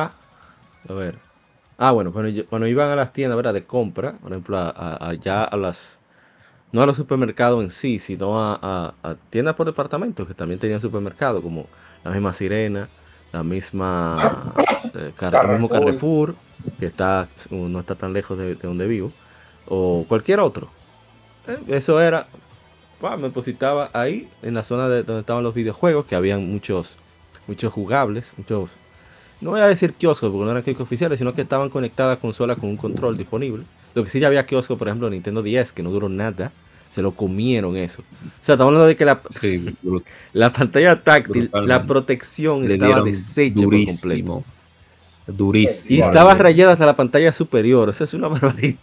cuando iban a las tiendas, ¿verdad?, de compra, por ejemplo, allá no a los supermercados en sí, sino a tiendas por departamento que también tenían supermercado, como la misma Sirena, la misma el mismo Carrefour, que no está tan lejos de donde vivo, o cualquier otro. Eso era, me depositaba ahí en la zona donde estaban los videojuegos, que habían muchos jugables, no voy a decir kioscos porque no eran kioscos oficiales, sino que estaban conectadas consolas con un control disponible. Lo que sí ya había kioscos, por ejemplo, Nintendo 10, que no duró nada, se lo comieron eso. O sea, estamos hablando de que la pantalla táctil, la protección estaba deshecha por completo. Durísimo. Y estaba rayada hasta la pantalla superior, o sea, es una barbaridad.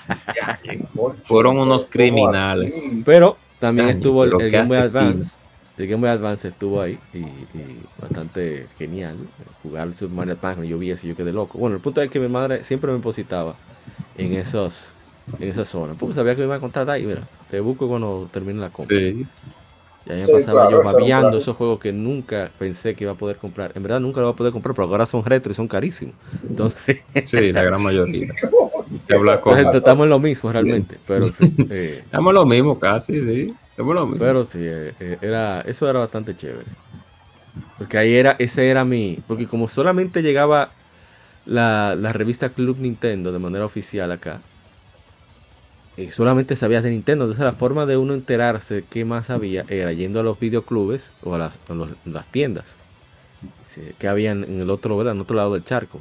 Fueron unos criminales. Pero también estuvo el Game Boy Advance. El Game Boy Advance estuvo ahí y bastante genial. Jugar el Super Mario Advance, yo vi eso y yo quedé loco. Bueno, el punto es que mi madre siempre me depositaba en esa zona. Porque sabía que me iba a contar ahí, mira, te busco cuando termine la compra. Sí. Y ahí me pasaba yo babeando esos juegos que nunca pensé que iba a poder comprar. En verdad nunca lo voy a poder comprar, pero ahora son retro y son carísimos. Entonces, sí, la gran mayoría. Estamos en lo mismo realmente, pero estamos en lo mismo casi, sí. Pero sí, eso era bastante chévere. Porque ese era porque como solamente llegaba la revista Club Nintendo de manera oficial acá, y solamente sabías de Nintendo, entonces la forma de uno enterarse qué más había era yendo a los videoclubes o a las tiendas que habían en el otro, ¿verdad?, en otro lado del charco,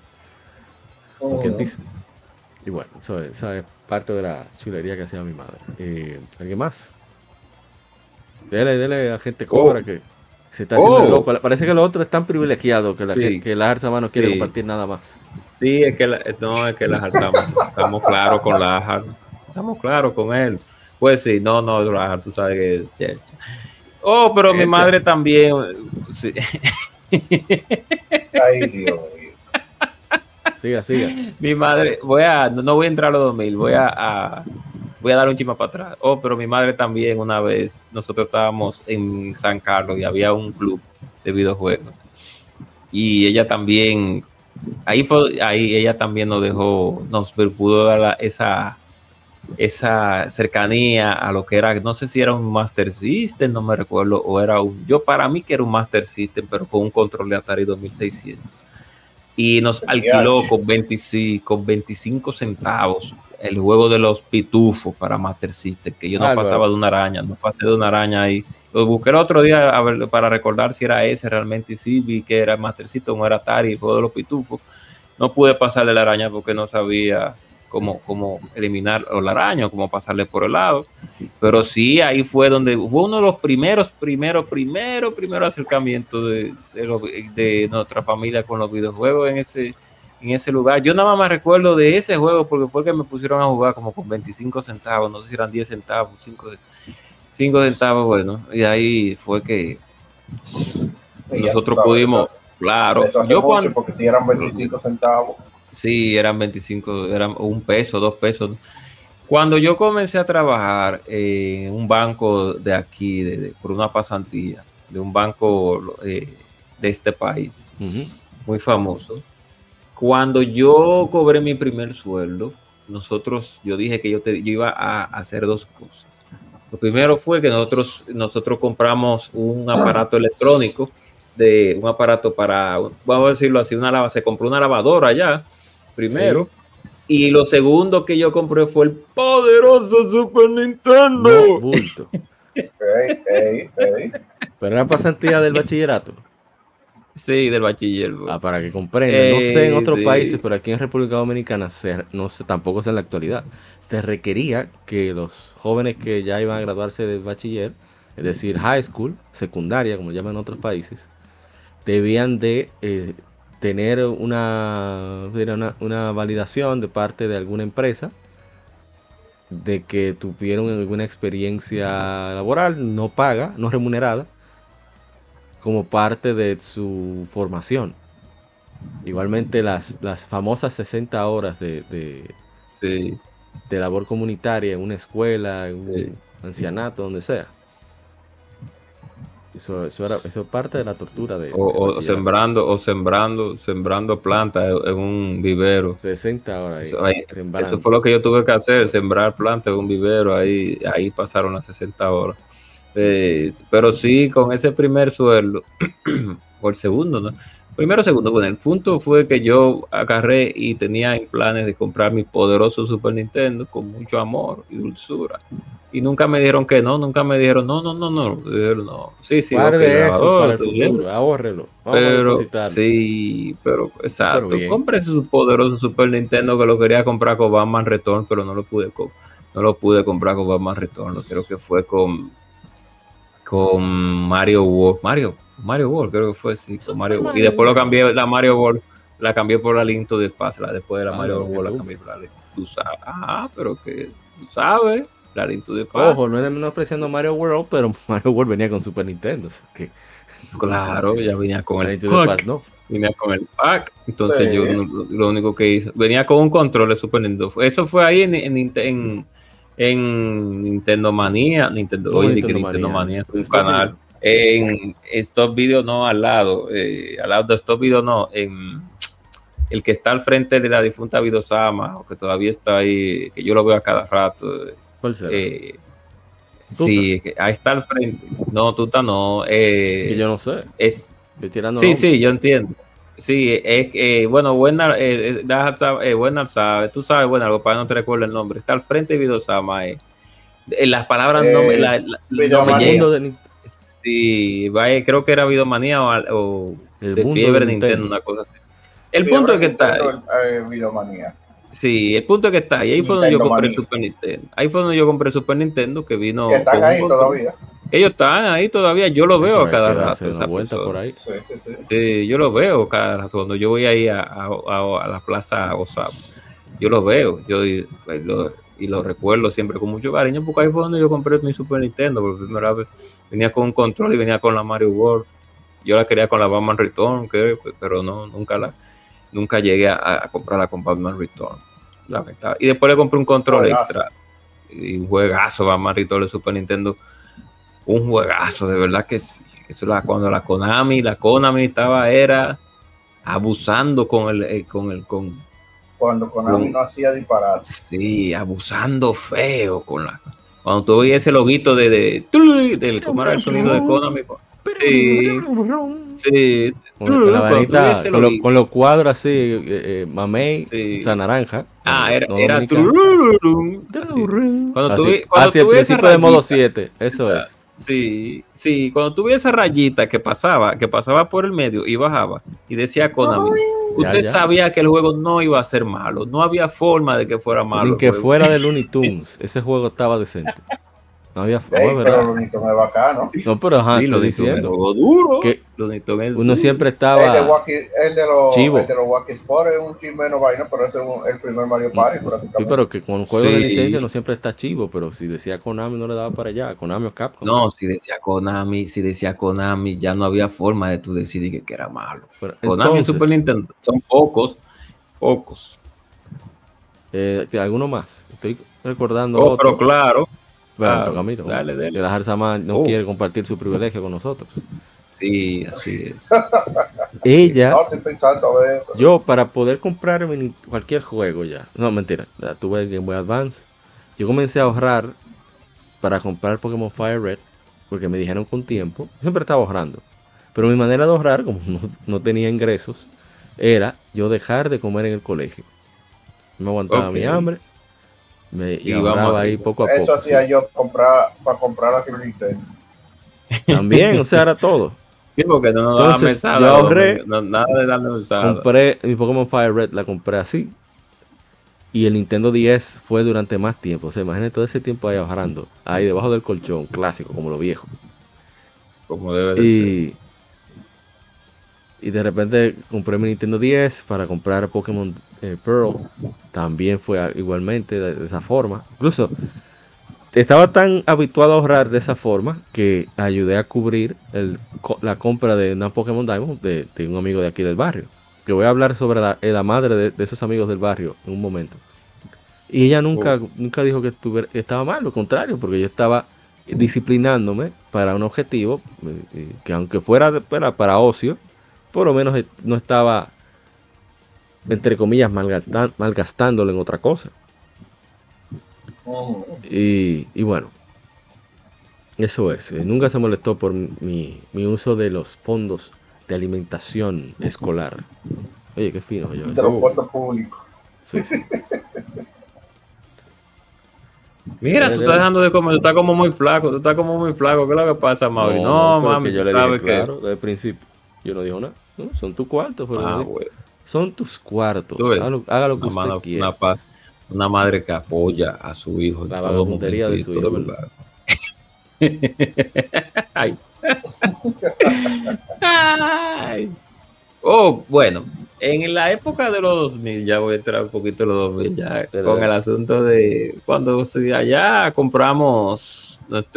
como quien dice. Y bueno, esa es parte de la chulería que hacía mi madre. ¿Alguien más? Dele a gente cobra que se está haciendo loco. Parece que los otros están privilegiados, que la Arzama no quiere compartir nada más. Sí, es que la Arzama, estamos claros con la Arzama, estamos claros con él. Pues sí, no, la tú sabes que... pero mi madre también... Sí. Ay, Dios mío. Siga. Mi madre, no voy a entrar a los 2000, voy a dar un chisme para atrás. Pero mi madre también, una vez, nosotros estábamos en San Carlos y había un club de videojuegos. Y ella también, ahí ella también nos pudo dar esa cercanía a lo que era, no sé si era un Master System, no me recuerdo, o era para mí que era un Master System, pero con un control de Atari 2600. Y nos alquiló con 25 centavos el juego de los pitufos para Master System, que yo no pasaba de una araña, no pasé de una araña ahí. Lo busqué el otro día a ver, para recordar si era ese realmente, y sí, vi que era Master System o era Atari, el juego de los pitufos. No pude pasarle la araña porque no sabía cómo eliminar la araña, cómo pasarle por el lado. Pero sí, ahí fue donde fue uno de los primeros acercamientos de nuestra familia con los videojuegos en ese lugar. Yo nada más me recuerdo de ese juego porque fue que me pusieron a jugar como con 25 centavos, no sé si eran 10 centavos, 5 centavos, bueno, y ahí fue que nosotros pudimos, claro, yo cuando... Porque si eran 25 centavos. Sí, eran 25, eran un peso, 2 pesos. Cuando yo comencé a trabajar en un banco de aquí, por una pasantía, de un banco de este país, muy famoso, cuando yo cobré mi primer sueldo, yo dije que yo iba a hacer 2 cosas. Lo primero fue que nosotros compramos un aparato electrónico, un aparato para, vamos a decirlo así, se compró una lavadora allá, primero. Y lo segundo que yo compré fue el poderoso Super Nintendo. No, bulto. Pero era pasantía del bachillerato. Sí, del bachiller. Para que comprendan. No sé en otros países, pero aquí en República Dominicana, no sé, tampoco sé en la actualidad, se requería que los jóvenes que ya iban a graduarse del bachiller, es decir, high school, secundaria, como llaman en otros países, debían de tener una validación de parte de alguna empresa de que tuvieron alguna experiencia laboral no paga, no remunerada, como parte de su formación. Igualmente las famosas 60 horas de labor comunitaria en una escuela, en un ancianato, donde sea. Eso es parte de la tortura de sembrando plantas en un vivero. 60 horas eso fue lo que yo tuve que hacer, sembrar plantas en un vivero. Ahí pasaron las 60 horas. Pero sí, con ese primer sueldo, o el segundo, ¿no? Segundo, bueno, el punto fue que yo agarré y tenía en planes de comprar mi poderoso Super Nintendo con mucho amor y dulzura. Y nunca me dijeron que no, nunca me dijeron no. Dijeron no. Sí, guarde eso para el futuro, ahórrelo. Sí, pero exacto. Compré su poderoso Super Nintendo que lo quería comprar con Batman Return, pero no lo pude comprar con Batman Return. Creo que fue con Mario World. Mario World, creo que fue, sí, con Mario World. Y después lo cambié, la Mario World, la cambié por la Link to the Past, después de la Mario World la cambié por la Link. Tú sabes, pero que tú sabes, la Link to the Past. Ojo, no es menospreciando Mario World, pero Mario World venía con Super Nintendo, o sea que... Claro, ya venía con el pack, ¿no? Venía con el pack, entonces yo lo único que hice, venía con un control de Super Nintendo. Eso fue ahí en Nintendo Manía, Nintendo Manía es un canal. En Stop Video no, al lado de Stop Video no, en el que está al frente de la difunta Vidosama, o que todavía está ahí, que yo lo veo a cada rato. ¿Cuál será? Sí, ahí está al frente. No, Tuta no. Que yo no sé. Sí, yo entiendo. Sí, es que, bueno, Buenar sabe, tú sabes, bueno, algo para no te recuerdo el nombre. Está al frente de Vidosama. Las palabras no me... Sí, vaya, creo que era Videomanía o de Fiebre Nintendo, una cosa así. El punto es que está Videomanía. Sí, el punto es que está ahí. Ahí fue donde yo compré Super Nintendo. Ahí fue donde yo compré Super Nintendo, que vino. Que están ahí todavía. Ellos están ahí todavía. Yo lo veo a cada rato. Una vuelta por ahí. Sí, yo lo veo cada rato. Cuando yo voy ahí a la plaza Osama, yo lo veo. Y lo recuerdo siempre con mucho cariño, porque ahí fue donde yo compré mi Super Nintendo por primera vez. Venía con un control y venía con la Mario World. Yo la quería con la Batman Return, pero no, nunca llegué a comprarla con Batman Return. Lamentable. Y después le compré un control extra. Y un juegazo, Batman Return de Super Nintendo. Un juegazo, de verdad que sí. Eso cuando la Konami era abusando con cuando Konami no hacía disparate. Sí, abusando feo con la... Cuando tú oías ese loguito del ¿cómo era el sonido de Konami? Sí, sí. Con la varita, con los cuadros así, mamey, Sí. esa naranja. Era cuando tú el principio de modo 7, eso es. Sí, cuando tú ves esa rayita que pasaba por el medio y bajaba y decía Konami, usted sabía que el juego no iba a ser malo, no había forma de que fuera malo. Ni que fuera de Looney Tunes, ese juego estaba decente. No había forma, pero Looney Tunes es bacano. No, pero ajá, estoy diciendo. Juego duro. Que uno siempre estaba el de los Wacky Sports es un chisme menos vaina, pero ese es el primer Mario Party. Sí, pero que con juegos de licencia no siempre está chivo, pero si decía Konami no le daba para allá, Konami o Capcom. No, si decía Konami, ya no había forma de tú decidir que era malo. Pero Konami y Super Nintendo son pocos. ¿Alguno más? Estoy recordando otro. Pero claro. Bueno, Camilo, que la Jarzama no quiere compartir su privilegio con nosotros. Sí, así es. Ella, yo para poder comprarme cualquier juego ya, no mentira, tuve el Game Boy Advance, yo comencé a ahorrar para comprar Pokémon Fire Red, porque me dijeron con tiempo, siempre estaba ahorrando, pero mi manera de ahorrar, como no tenía ingresos, era yo dejar de comer en el colegio. Me aguantaba mi hambre. Y ahorraba ahí poco a poco. Eso hacía yo para comprar la Super Nintendo. También, o sea, era todo. Sí, porque no nos daba mesada. Yo ahorré, nada de darle mesada. Compré mi Pokémon Fire Red, la compré así. Y el Nintendo 10 fue durante más tiempo. O sea, imagínate todo ese tiempo ahí ahorrando. Ahí debajo del colchón, clásico, como lo viejo. Como debe de ser. Y de repente compré mi Nintendo 10 para comprar Pokémon Pearl. También fue igualmente de esa forma. Incluso estaba tan habituado a ahorrar de esa forma que ayudé a cubrir la compra de una Pokémon Diamond de un amigo de aquí del barrio. Que voy a hablar sobre la madre de esos amigos del barrio en un momento. Y ella nunca dijo que estaba mal, lo contrario, porque yo estaba disciplinándome para un objetivo que aunque fuera para ocio, por lo menos no estaba, entre comillas, malgastándolo en otra cosa. Y bueno, eso es. Nunca se molestó por mi uso de los fondos de alimentación escolar. Oye, qué fino. De los fondos públicos. Sí. Mira, tú estás dejando de comer, tú estás como muy flaco. ¿Qué es lo que pasa, Mauri? No, mami, yo le dije claro, desde el principio. Yo no digo nada. No, son tus cuartos. Bueno. Son tus cuartos. Haga lo que usted quiera. Una madre que apoya a su hijo. La vagabundería de su hijo. Ay. Ay. Bueno. En la época de los 2000, ya voy a entrar un poquito en los 2000, ya con el asunto de cuando allá compramos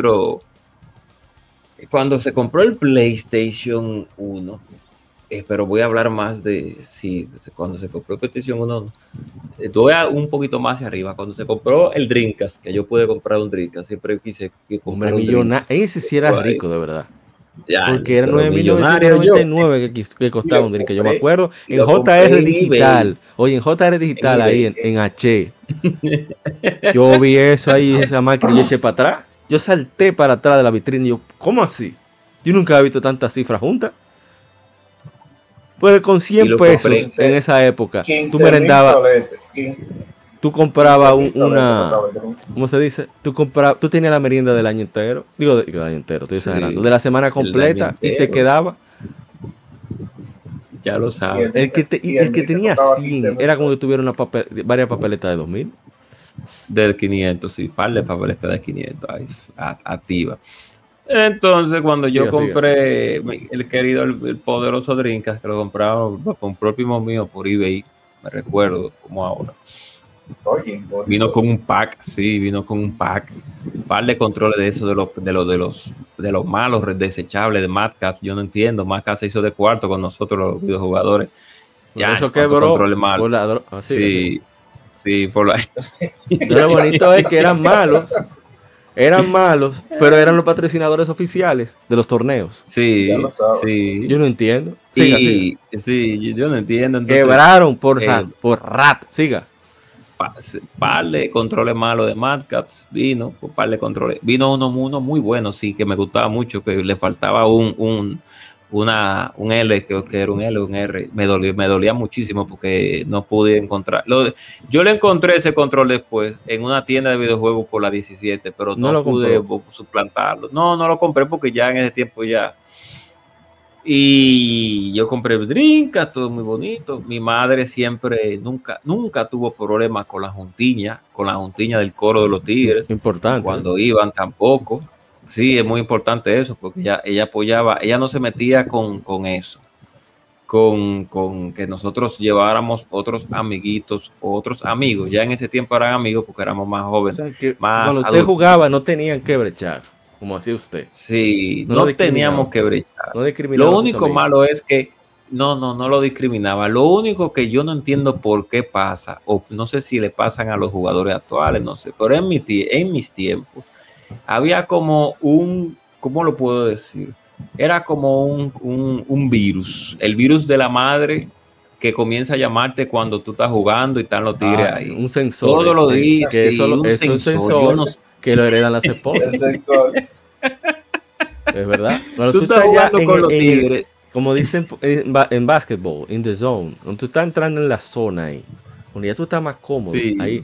cuando se compró el PlayStation 1, pero voy a hablar más de cuando se compró el PlayStation 1, voy un poquito más hacia arriba, cuando se compró el Dreamcast, que yo pude comprar un Dreamcast, siempre quise comprar un Dreamcast. Ese sí era rico, de verdad. Porque era 9.999 que costaba un drink, que yo me acuerdo en JR Digital. Oye, en JR Digital ahí en H. Yo vi eso ahí, esa máquina, y eché para atrás. Yo salté para atrás de la vitrina y yo, ¿cómo así? Yo nunca había visto tantas cifras juntas. Pues con 100 pesos en esa época, tú merendabas. Tú comprabas ¿cómo se dice? Tú tenías la merienda del año entero. Digo, del año entero, estoy exagerando. De la semana completa y te quedaba. Ya lo sabes. El que tenía 100 era como que tuviera varias papeletas de 2000. Del 500, sí, par de papeletas de 500 ahí, activa. Entonces, cuando yo compré el poderoso Dreamcast, que lo compré un primo mío por eBay, me recuerdo como ahora. Vino con un pack, un par de controles de eso, de los malos desechables de Mad Cat. Yo no entiendo, Mad Cat se hizo de cuarto con nosotros los videojugadores. Ya, eso quebró. Sí, por la... Lo bonito es que eran malos, Eran malos, pero eran los patrocinadores oficiales de los torneos. Sí, Ya lo sabes. sí. Yo no entiendo. Siga, siga. Sí, yo no entiendo. Entonces, Quebraron por rat. Siga. par de controles malos de Mad Catz vino, por par de controles. Vino uno muy bueno, sí, que me gustaba mucho, que le faltaba un L, que era un L, un R. Me dolía muchísimo porque no pude encontrar. Yo le encontré ese control después en una tienda de videojuegos por la 17, pero no pude suplantarlo. No lo compré porque ya en ese tiempo ya. Y yo compré el Dreamcast, todo muy bonito. Mi madre siempre, nunca tuvo problemas con la juntiña del coro de los Tigres. Sí, importante. Cuando iban tampoco. Sí, es muy importante eso, porque ella apoyaba, ella no se metía con eso. Con que nosotros lleváramos otros amiguitos o otros amigos. Ya en ese tiempo eran amigos porque éramos más jóvenes. O sea, que más cuando usted adultos. jugaba no tenían que brechar, como hacía usted. Sí, no teníamos que brechar. No discriminaba. Lo único malo es que no lo discriminaba. Lo único que yo no entiendo por qué pasa, o no sé si le pasan a los jugadores actuales, no sé, pero en mis tiempos había como ¿cómo lo puedo decir? Era como un virus, el virus de la madre que comienza a llamarte cuando tú estás jugando y están los tigres ahí. Un sensor. Todos los días. Que sí, es un sensor que lo heredan las esposas. Es verdad. Cuando tú estás jugando con los tigres. Como dicen en basketball, in the zone, cuando tú estás entrando en la zona ahí, cuando ya tú estás más cómodo, sí. ahí.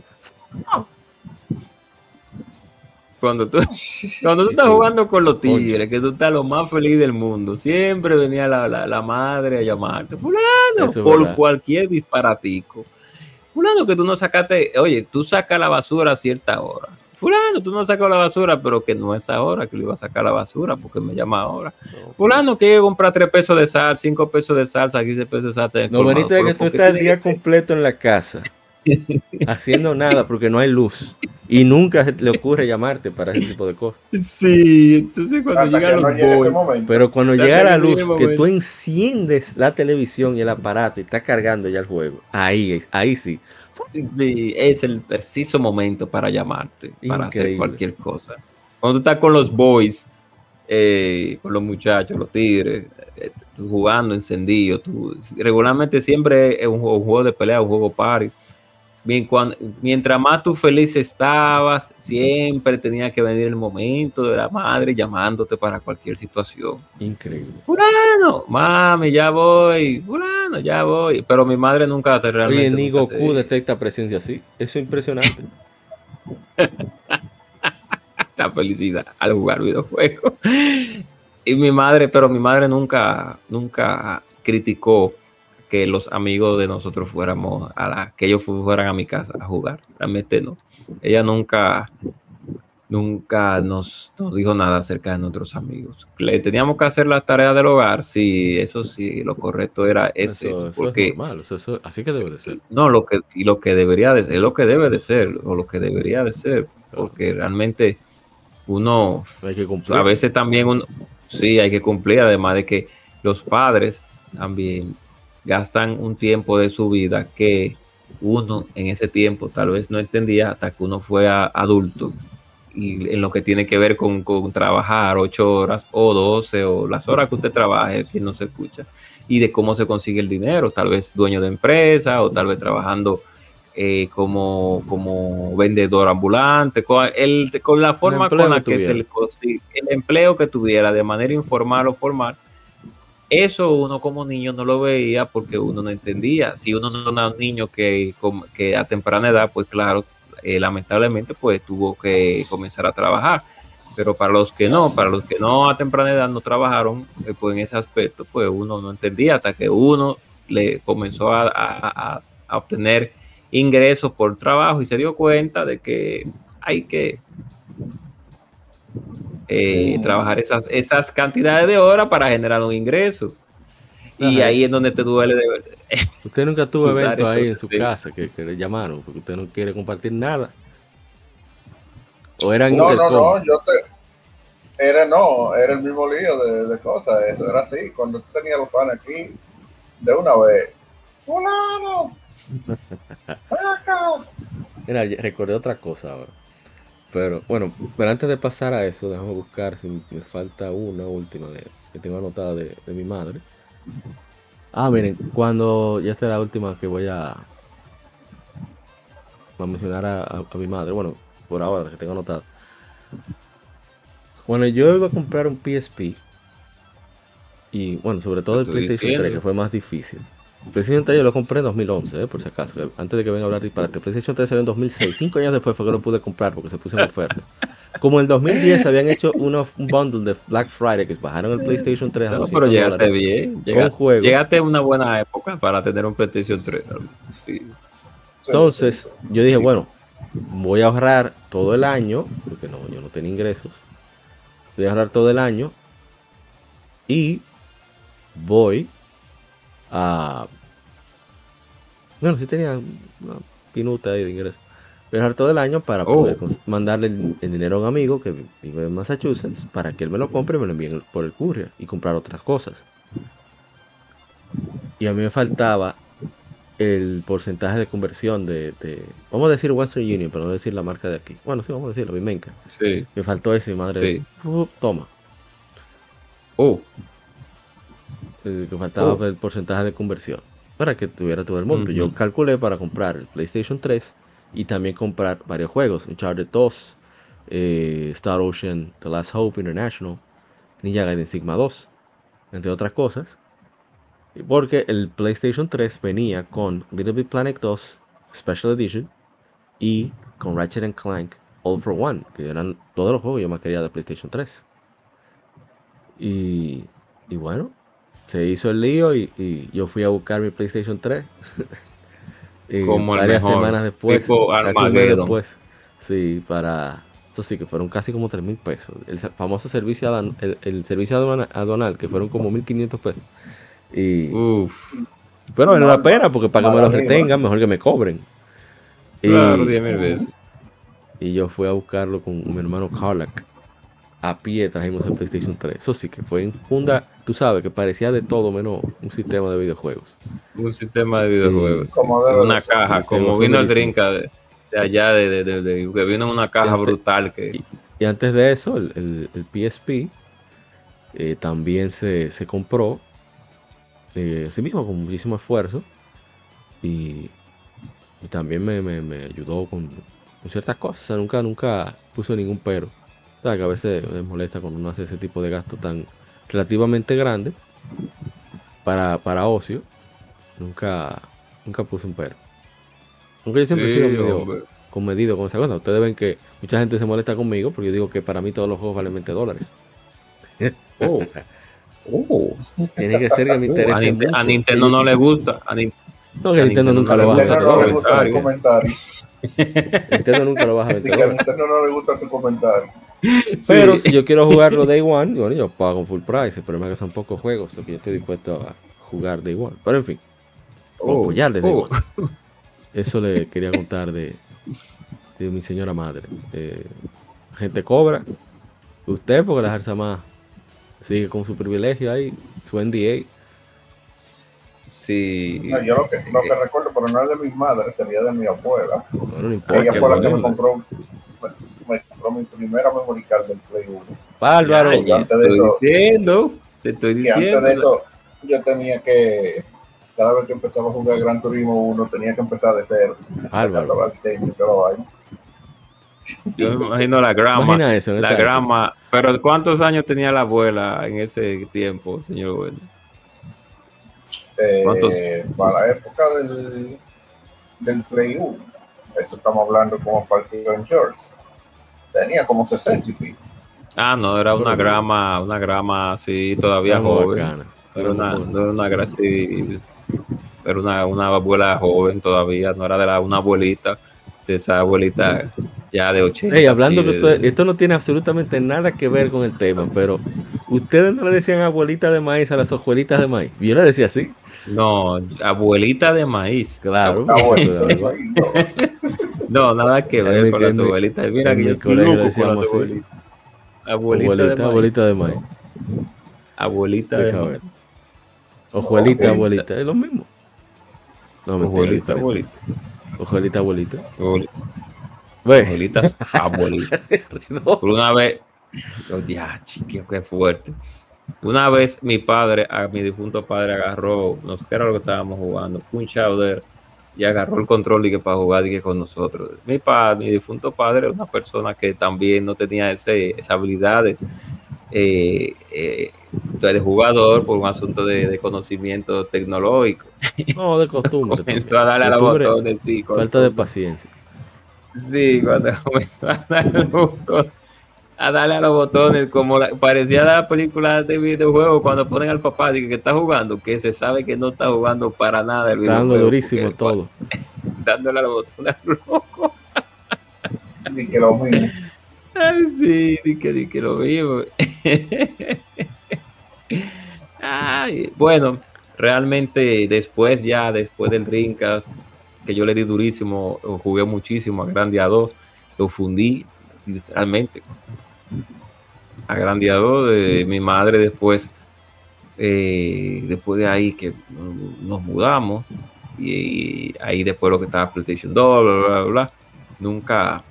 Cuando tú estás jugando con los tigres, que tú estás lo más feliz del mundo, siempre venía la madre a llamarte, fulano, por verdad. Cualquier disparatico. Fulano, que tú no sacaste, oye, tú sacas la basura a cierta hora. Fulano, tú no sacas la basura, pero que no es ahora que le iba a sacar la basura, porque me llama ahora. Fulano, que comprar 3 pesos de sal, 5 pesos de salsa, 15 pesos de salsa. Lo bonito es que tú estás el día completo en la casa, haciendo nada, porque no hay luz. Y nunca le ocurre llamarte para ese tipo de cosas. Sí, entonces cuando llegan los boys. Pero cuando llega la luz, que tú enciendes la televisión y el aparato y está cargando ya el juego, ahí sí. Sí, es el preciso momento para llamarte, para hacer cualquier cosa. Cuando tú estás con los boys, con los muchachos, los tigres, tú jugando encendido, regularmente siempre es un juego de pelea, un juego party. Bien, mientras más tú feliz estabas, siempre tenía que venir el momento de la madre llamándote para cualquier situación. Increíble. Fulano, mami, ya voy. Fulano, ya voy. Pero mi madre nunca realmente. Oye, ni Goku detecta presencia así. Eso es impresionante. La felicidad al jugar videojuegos. Y mi madre nunca criticó que los amigos de nosotros que ellos fueran a mi casa a jugar. Realmente no. Ella nunca nos dijo nada acerca de nuestros amigos. Le teníamos que hacer las tareas del hogar, sí, eso sí, lo correcto era eso porque es normal, eso, así que debe de ser. No, lo que debería de ser, lo que debe de ser, o lo que debería de ser, porque realmente uno, hay que cumplir. A veces también sí, hay que cumplir, además de que los padres también gastan un tiempo de su vida que uno en ese tiempo tal vez no entendía hasta que uno fue adulto, y en lo que tiene que ver con trabajar 8 horas o 12 o las horas que usted trabaje, que no se escucha, y de cómo se consigue el dinero, tal vez dueño de empresa o tal vez trabajando como vendedor ambulante, con la forma con la que se le consigue el empleo que tuviera de manera informal o formal. Eso uno como niño no lo veía porque uno no entendía. Si uno no era un niño que a temprana edad, pues claro, lamentablemente pues tuvo que comenzar a trabajar. Pero para los que no a temprana edad no trabajaron, pues en ese aspecto pues uno no entendía hasta que uno le comenzó a obtener ingresos por trabajo y se dio cuenta de que hay que trabajar esas cantidades de horas para generar un ingreso. Y ahí es donde te duele de verdad. Usted nunca tuvo eventos ahí en su casa que le llamaron porque usted no quiere compartir nada. ¿O eran era el mismo lío de cosas. Eso era así. Cuando tú tenías los panes aquí, de una vez, ¡fulano! Mira, recordé otra cosa ahora. Pero bueno, pero antes de pasar a eso, déjame buscar si me falta una última que tengo anotada de mi madre. Ah, miren, cuando ya está la última que voy a mencionar a mi madre. Bueno, por ahora, que tengo anotado. Bueno, yo iba a comprar un PSP. Y bueno, sobre todo el PlayStation 3, que fue más difícil. El PlayStation 3 yo lo compré en 2011, por si acaso. Antes de que venga a hablar disparate. El PlayStation 3 salió en 2006. 5 años después fue que lo pude comprar porque se puso en oferta. Como en 2010 habían hecho un bundle de Black Friday que bajaron el PlayStation 3 a No, $200. pero llegaste bien. Llegaste en una buena época para tener un PlayStation 3. Sí. Entonces, yo dije, bueno, voy a ahorrar todo el año, porque no, yo no tenía ingresos. Voy a ahorrar todo el año y voy a... Bueno, sí tenía una pinuta ahí de ingresos. Voy a ahorrar todo el año para poder mandarle el dinero a un amigo que vive en Massachusetts para que él me lo compre y me lo envíe por el courier y comprar otras cosas. Y a mí me faltaba el porcentaje de conversión de vamos a decir Western Union, pero no decir la marca de aquí. Bueno, sí, vamos a decirlo, Vimenca. Sí. Me faltó ese, madre. Sí. Toma. Que faltaba el porcentaje de conversión para que tuviera todo el monto. Yo calculé para comprar el PlayStation 3 y también comprar varios juegos. Uncharted 2, Star Ocean, The Last Hope International, Ninja Gaiden Sigma 2, entre otras cosas. Porque el PlayStation 3 venía con Little Big Planet 2 Special Edition y con Ratchet & Clank All for One, que eran todos los juegos que yo más quería de PlayStation 3. Y bueno, se hizo el lío y yo fui a buscar mi PlayStation 3 como varias semanas después, casi un mes después. Sí, eso sí, que fueron casi como 3,000 pesos. El famoso servicio el servicio aduanal, que fueron como 1,500 pesos. Pero vale la pena porque para que me lo retengan, mejor que me cobren. Claro, 10,000 veces. Y yo fui a buscarlo con mi hermano Carlac. A pie trajimos el PlayStation 3. Eso sí que fue en funda, tú sabes, que parecía de todo menos un sistema de videojuegos. Un sistema de videojuegos. Sí. Una caja, como vino el Drinka de allá, que vino en una caja brutal. Y antes de eso, el PSP también se compró. Así mismo, con muchísimo esfuerzo. Y también me ayudó con ciertas cosas. O sea, nunca puso ningún pero. O sea, que a veces me molesta cuando uno hace ese tipo de gasto tan relativamente grande para ocio. Nunca puse un pero. Aunque yo siempre he sido medio comedido con esa cosa. Ustedes ven que mucha gente se molesta conmigo porque yo digo que para mí todos los juegos valen $20. Tiene que ser que me interese mucho. A Nintendo no le gusta. No, que a Nintendo nunca lo baja a $20. Nintendo nunca lo baja a $20. A Nintendo no le gusta tu comentario. Pero si yo quiero jugarlo Day One, bueno, yo pago full price. El problema es que son pocos juegos lo que yo estoy dispuesto a jugar Day One. Pero en fin, apoyarle Day One. Eso le quería contar de mi señora madre. Gente cobra. Usted, porque la Jarza más sigue con su privilegio ahí, su NDA. Sí. No, yo lo que recuerdo, pero no es de mi madre, sería de mi abuela. Bueno, no importa. Ella fue la que me compró mi primera memory card del Play 1. Bárbaro. Te estoy diciendo. Y antes de eso, yo tenía que, cada vez que empezaba a jugar Gran Turismo 1, tenía que empezar de cero. Bárbaro. Yo me imagino la grama. Imagina eso, la grama. Pero ¿cuántos años tenía la abuela en ese tiempo, señor Bueno? Para la época del Play 1, eso estamos hablando como partido en George, tenía como 60 y pico. No, era una grama así todavía joven. Era una abuela joven todavía, no era una abuelita, de esa abuelita ya de 80. Hey, hablando que esto no tiene absolutamente nada que ver con el tema, pero ¿ustedes no le decían abuelita de maíz a las hojuelitas de maíz? Yo le decía así. No, abuelita de maíz. Claro. No, nada que ver con las abuelitas. Mira que yo soy loco con las abuelitas. Abuelita de maíz. Abuelita de maíz. Ojuelita, es lo mismo. No, Ojuelita, abuelita. Ojuelita, abuelita. Ve. Angelitas abuelitas. No. Por una vez, chiquillo, qué fuerte. Una vez mi padre, a mi difunto padre, agarró, no sé qué era lo que estábamos jugando, un chowder, y agarró el control y que para jugar y que con nosotros. Mi difunto padre era una persona que también no tenía esa habilidad de jugador por un asunto de conocimiento tecnológico. No, de costumbre. Comenzó a darle a los Costumbre, botones, sí. falta de paciencia. Sí, cuando comenzó a darle a los botones, como parecía la película de videojuego cuando ponen al papá y que está jugando, que se sabe que no está jugando para nada el Está videojuego. dando durísimo todo. Dándole a los botones al loco. Y que lo mismo. Ay, sí, di que lo mismo. Ay, bueno, realmente después del Dreamcast, que yo le di durísimo, jugué muchísimo a Grandia 2, lo fundí literalmente a Grandia 2. Mi madre después de ahí que nos mudamos, y ahí después lo que estaba PlayStation 2, bla, bla, bla, bla.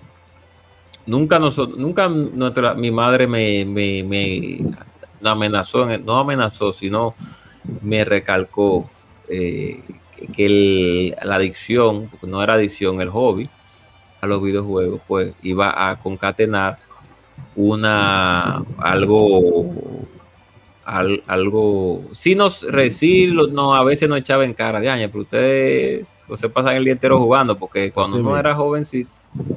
Nunca mi madre me amenazó, no amenazó, sino me recalcó que la adicción, porque no era adicción, el hobby a los videojuegos, pues iba a concatenar algo, si no, a veces nos echaba en cara de año, pero ustedes se pasan el día entero jugando, porque cuando uno era jovencito,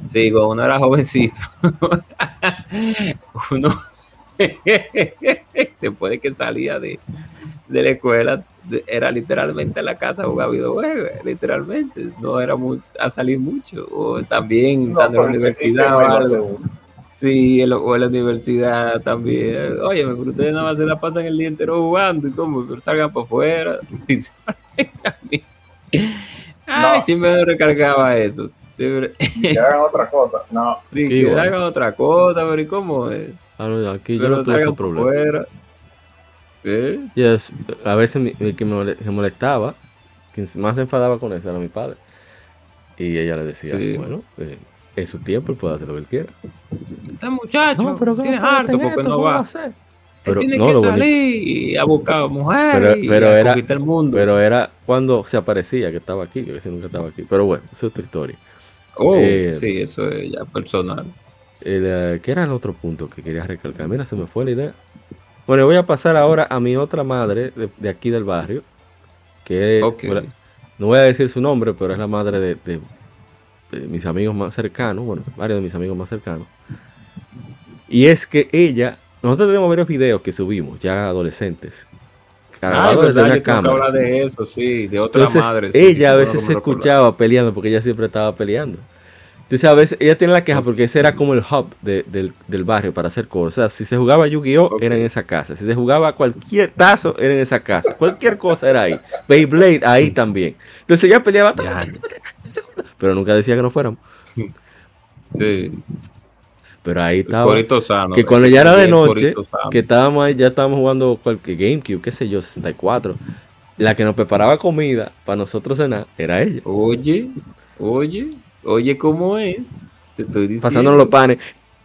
uno después de que salía de la escuela, era literalmente a la casa a jugar videojuegos, literalmente, no era a salir mucho, o también estando en la universidad o algo. Sí, o en la universidad también. Oye, pero ustedes nada más se la pasan el día entero jugando, y cómo, pero salgan para afuera. Ay, sí me recargaba eso. Que hagan otra cosa, no. Sí, que hagan otra cosa, pero ¿y cómo es? Aquí yo no tuve ese problema. Yes, a veces el que me molestaba, quien más se enfadaba con eso era mi padre. Y ella le decía, bueno, es su tiempo, él puede hacer lo que él quiera. Este muchacho, no, pero tienes harto porque no va. Pero tiene que salir y a buscar mujeres y a conquistar el mundo. Pero era cuando se aparecía que estaba aquí, que a veces nunca estaba aquí. Pero bueno, esa es otra historia. Sí, eso es ya personal. ¿Qué era el otro punto que quería recalcar? Mira, se me fue la idea. Bueno, voy a pasar ahora a mi otra madre de aquí del barrio, que no voy a decir su nombre, pero es la madre de mis amigos más cercanos, bueno, varios de mis amigos más cercanos. Y es que nosotros tenemos varios videos que subimos, ya adolescentes, grabados desde una cámara. De eso, sí, de otra madre. Ella a veces se escuchaba peleando, porque ella siempre estaba peleando. Entonces a veces ella tiene la queja porque ese era como el hub del barrio para hacer cosas. O sea, si se jugaba Yu-Gi-Oh! Era en esa casa. Si se jugaba cualquier tazo, era en esa casa. Cualquier cosa era ahí. Beyblade, ahí también. Entonces ella peleaba, pero nunca decía que no fuéramos. Sí. Pero ahí estaba. Sano, que cuando ya era de noche, que estábamos ahí, ya estábamos jugando cualquier GameCube, qué sé yo, 64. La que nos preparaba comida para nosotros cenar era ella. Oye, ¿cómo es? Te estoy diciendo. Pasándonos los panes.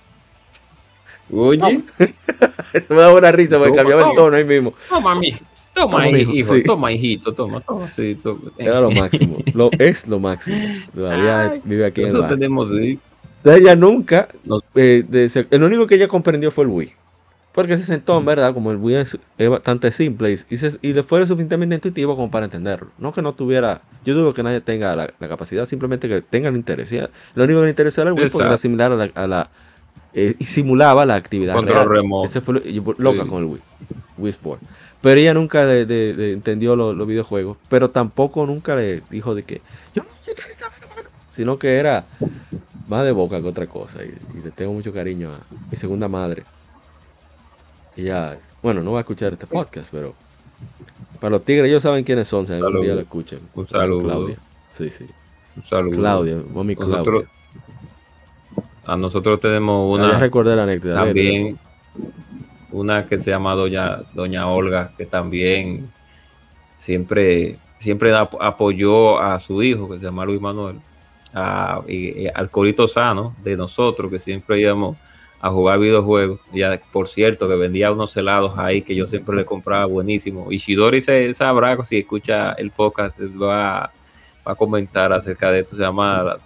Oye. Eso me daba una risa porque cambiaba el tono ahí mismo. Toma, hijo, sí. Toma, hijito, toma. Sí, toma. Era lo máximo. Es lo máximo. Todavía vive aquí en el barrio. Tenemos, sí. Entonces ella nunca, el único que ella comprendió fue el Wii. Porque se sentó, en verdad, como el Wii es bastante simple y le fue suficientemente intuitivo como para entenderlo. No que no tuviera, yo dudo que nadie tenga la capacidad, simplemente que tenga el interés. ¿Sí? Lo único que le interesó era el Wii porque era similar y simulaba la actividad control real. remoto. Ese fue loca con el Wii Sport. Pero ella nunca entendió los videojuegos, pero tampoco nunca le dijo de que sino que era más de boca que otra cosa. Y le tengo mucho cariño a mi segunda madre. Ella, bueno, no va a escuchar este podcast, pero para los tigres ellos saben quiénes son, si algún día lo escuchan. Un saludo. Claudia. Sí. Un saludo. Claudia, mami Claudia. Nosotros tenemos una. Ya recordé la anécdota. También una que se llama Doña Olga, que también siempre apoyó a su hijo, que se llama Luis Manuel. alcoholito sano de nosotros, que siempre íbamos a jugar videojuegos. Ya, por cierto, que vendía unos helados ahí que yo siempre le compraba buenísimo. Y Shidori se sabrá, si escucha el podcast, va a comentar acerca de esto. Se llama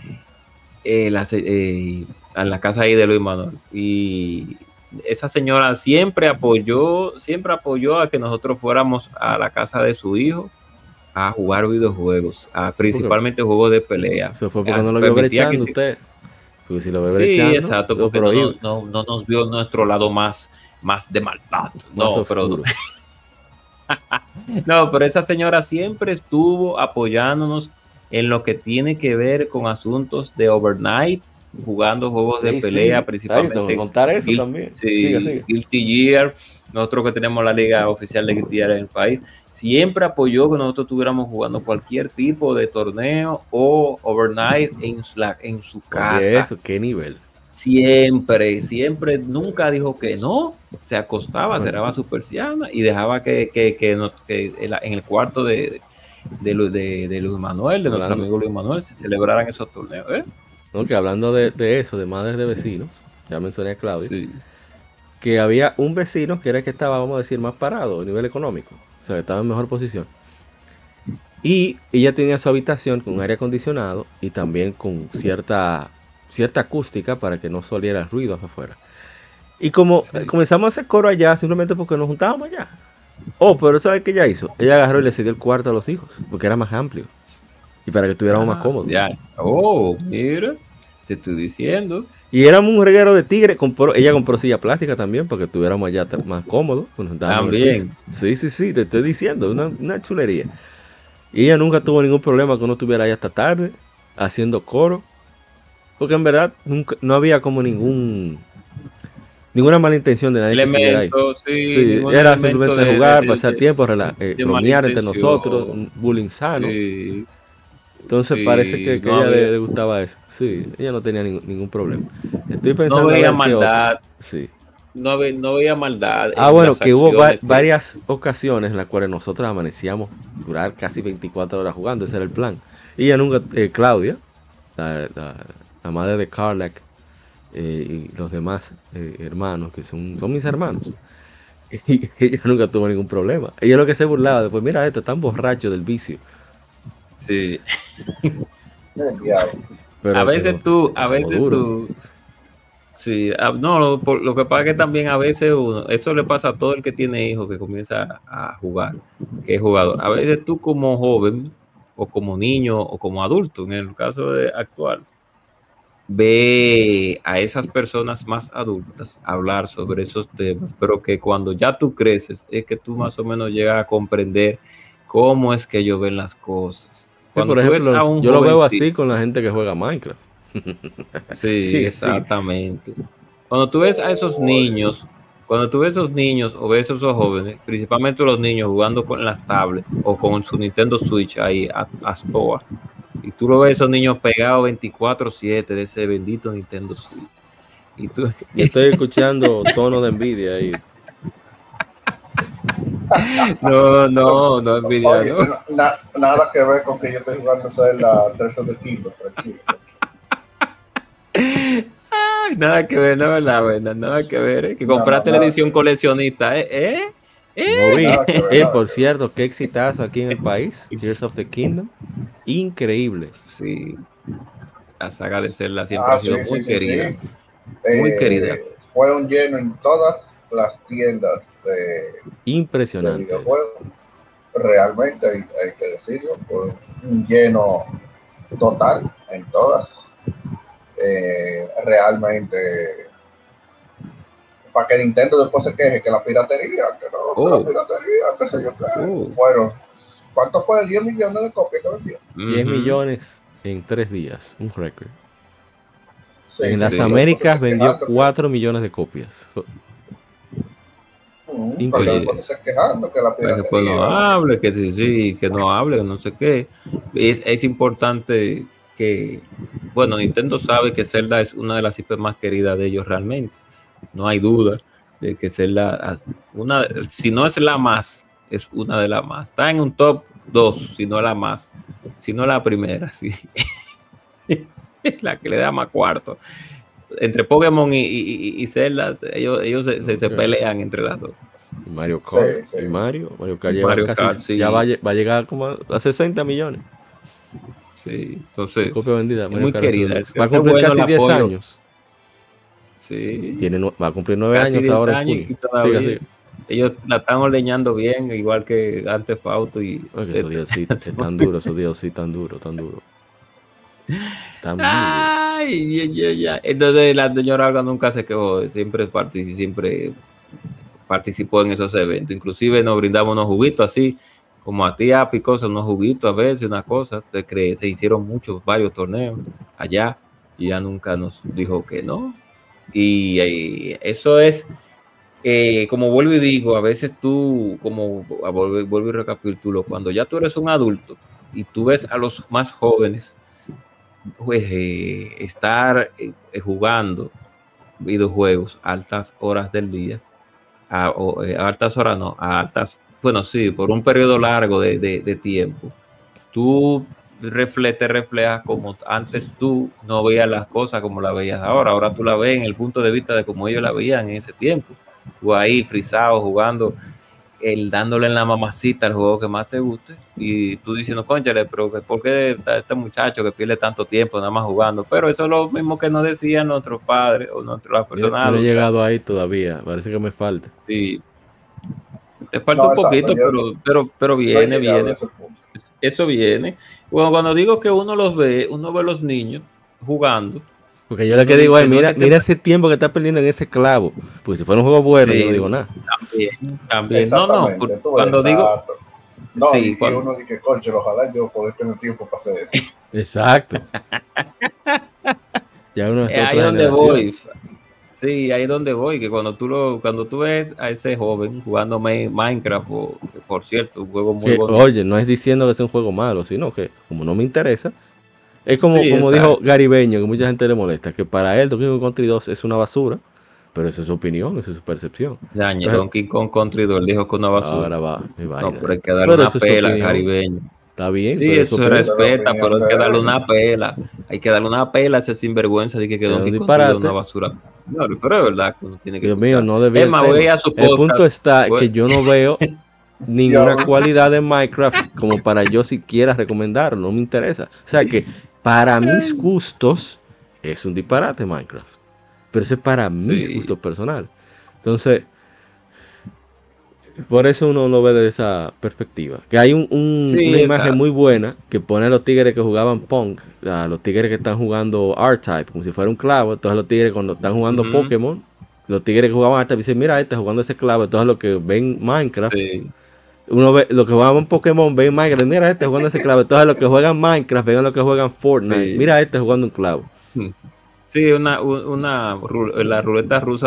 en la casa ahí de Luis Manuel. Y esa señora siempre apoyó a que nosotros fuéramos a la casa de su hijo a jugar videojuegos, principalmente juegos de pelea. Eso fue porque no lo vio brechando usted. Porque si lo ve brechando, sí, exacto, porque no nos vio nuestro lado más de maldad. No, pero no, pero esa señora siempre estuvo apoyándonos en lo que tiene que ver con asuntos de overnight, jugando juegos de pelea, principalmente. Ay, contar eso también. Sí, Guilty Gear. Nosotros que tenemos la liga oficial de Guilty Gear en el país, siempre apoyó que nosotros estuviéramos jugando cualquier tipo de torneo o overnight en su casa. Oye, eso, ¿qué nivel? Siempre, nunca dijo que no. Se acostaba, cerraba su persiana y dejaba que en el cuarto de Luis Manuel, de nuestro amigo Luis Manuel, se celebraran esos torneos. No, que hablando de eso, de madres de vecinos, ya mencioné a Claudio, que había un vecino que era el que estaba, vamos a decir, más parado a nivel económico, o sea, que estaba en mejor posición. Y ella tenía su habitación con aire acondicionado y también con cierta acústica para que no saliera ruido hacia afuera. Y como comenzamos a hacer coro allá, simplemente porque nos juntábamos allá. Pero ¿sabes qué ella hizo? Ella agarró y le cedió el cuarto a los hijos, porque era más amplio. Y para que estuviéramos más cómodos. Ya. Mira, te estoy diciendo. Y éramos un reguero de tigre. Ella compró silla plástica también, para que estuviéramos allá más cómodos. También. Sí, te estoy diciendo, una chulería. Y ella nunca tuvo ningún problema que uno estuviera ahí hasta tarde, haciendo coro. Porque en verdad no había como ninguna mala intención de nadie que estuviera ahí. Sí, era simplemente jugar, pasar tiempo, bromear entre nosotros, un bullying sano. Sí. Entonces parece que a ella le gustaba eso. Sí, ella no tenía ningún problema. Estoy pensando. No veía maldad. Sí. No veía maldad. Bueno, que hubo varias ocasiones en las cuales nosotros amanecíamos durar casi 24 horas jugando. Ese era el plan. Y ella nunca, Claudia, la madre de Carlac, y los demás hermanos, que son mis hermanos, y ella nunca tuvo ningún problema. Ella lo que se burlaba después, mira esto, están borrachos del vicio. Sí. Pero a veces tú, sí, no, lo que pasa es que también a veces esto le pasa a todo el que tiene hijos que comienza a jugar, que es jugador. A veces tú como joven, o como niño, o como adulto, en el caso actual, ve a esas personas más adultas hablar sobre esos temas, pero que cuando ya tú creces, es que tú más o menos llegas a comprender cómo es que ellos ven las cosas. Por ejemplo, yo lo veo así con la gente que juega Minecraft. Sí, exactamente. Cuando tú ves a esos niños, o ves a esos jóvenes, principalmente los niños jugando con las tablets o con su Nintendo Switch ahí a Stoa, y tú lo ves a esos niños pegados 24/7 de ese bendito Nintendo Switch. Y tú... Yo estoy escuchando tono de envidia ahí. No, envidia. Oye, no. Nada que ver con que yo estoy jugando la tercera de Kingdom, tranquilo. Ay, nada que ver, no, la verdad, nada que ver. Que compraste la edición coleccionista, Por cierto, qué exitazo aquí en el país, Tears of the Kingdom, increíble. Sí, la saga de Zelda siempre ha sido muy querida. Muy querida. Fue un lleno en todas las tiendas impresionante de videojuegos. Realmente hay que decirlo, fue un lleno total en todas. Realmente, para que Nintendo después se queje que la piratería, qué sé yo qué. Bueno, ¿cuánto fue? 10 millones de copias que vendió. 10 millones en 3 días, un récord. Sí, en las Américas vendió 4 millones de copias. Increíble. Quejando que la piratería, después no hable, que no hable, que no sé qué. Es importante que, bueno, Nintendo sabe que Zelda es una de las IP más queridas de ellos realmente. No hay duda de que Zelda, si no es la más, es una de las más. Está en un top 2, si no la más, si no la primera, sí. La que le da más cuarto. Entre Pokémon y Zelda, ellos se pelean entre las dos. Mario Kart. Sí, sí. Y Mario Kart lleva Mario casi, Kart, sí. ya va a llegar como a 60 millones. Sí, entonces, Copia vendida. es muy querida. Va a cumplir bueno casi el 10 apoyo. años. Sí. Va a cumplir 9 Casi años 10 ahora en años junio. y todavía Siga. ellos la están ordeñando bien, igual que Grand Theft Auto y Oye, esos diositos están duros, esos diositos tan duros. Están muy bien. Ay, ya. Entonces la señora Alba nunca se quedó, siempre participó en esos eventos. Inclusive nos brindaba unos juguitos así, como a ti, Api, cosas, unos juguitos a veces, una cosa. Se hicieron varios torneos allá y ya nunca nos dijo que no. Y eso es, como vuelvo y digo, a veces tú, como vuelvo y recapitulo, cuando ya tú eres un adulto y tú ves a los más jóvenes, pues estar jugando videojuegos a altas horas del día, a altas horas no, a altas, bueno, sí, por un periodo largo de tiempo, tú te reflejas como antes tú no veías las cosas como las veías ahora tú la ves en el punto de vista de cómo ellos la veían en ese tiempo, tú ahí frisado jugando, dándole en la mamacita el juego que más te guste y tú diciendo, cónchale, pero ¿por qué este muchacho que pierde tanto tiempo nada más jugando? Pero eso es lo mismo que nos decían nuestros padres o las personas. Yo no he llegado ahí todavía, parece que me falta. Sí, te falta un poquito, pero viene. Eso viene. Bueno, cuando digo que uno ve los niños jugando. Porque yo lo que digo es, mira ese tiempo que está perdiendo en ese clavo. Porque si fuera un juego bueno, yo no digo nada. También. No, cuando digo... No, sí, cuando uno dice, concho, ojalá yo poder tener tiempo para hacer eso. Exacto. Ya uno es ahí donde voy. Sí, ahí es donde voy, que cuando tú ves a ese joven jugando Minecraft, por cierto, un juego muy bonito. Oye, no es diciendo que sea un juego malo, sino que como no me interesa, es como dijo Garibeño, que mucha gente le molesta, que para él Donkey Kong Country 2 es una basura, pero esa es su opinión, esa es su percepción. Donkey Kong Country 2 dijo que una basura. Ahora va, no, pero hay que darle una pela al Garibeño. Está bien. Sí, eso se respeta, pero hay que darle una pela. Hay que darle una pela a ese sinvergüenza de que Donkey Kong es una basura. No, pero es verdad que uno tiene que... Dios mío, no debía. El punto está que yo no veo ninguna cualidad de Minecraft como para yo siquiera recomendarlo, no me interesa. O sea que para mis gustos es un disparate Minecraft, pero eso es para mis gustos personales. Entonces, por eso uno lo ve desde esa perspectiva. Que hay una imagen muy buena que pone a los tigres que jugaban Punk, a los tigres que están jugando R-Type, como si fuera un clavo. Entonces los tigres cuando están jugando Pokémon, los tigres que jugaban R-Type dicen, mira, jugando ese clavo. Entonces los que ven Minecraft, uno ve, los que jugaban Pokémon ven Minecraft, mira, jugando ese clavo. Entonces los que juegan Minecraft ven los que juegan Fortnite, mira, jugando un clavo. Sí, la ruleta rusa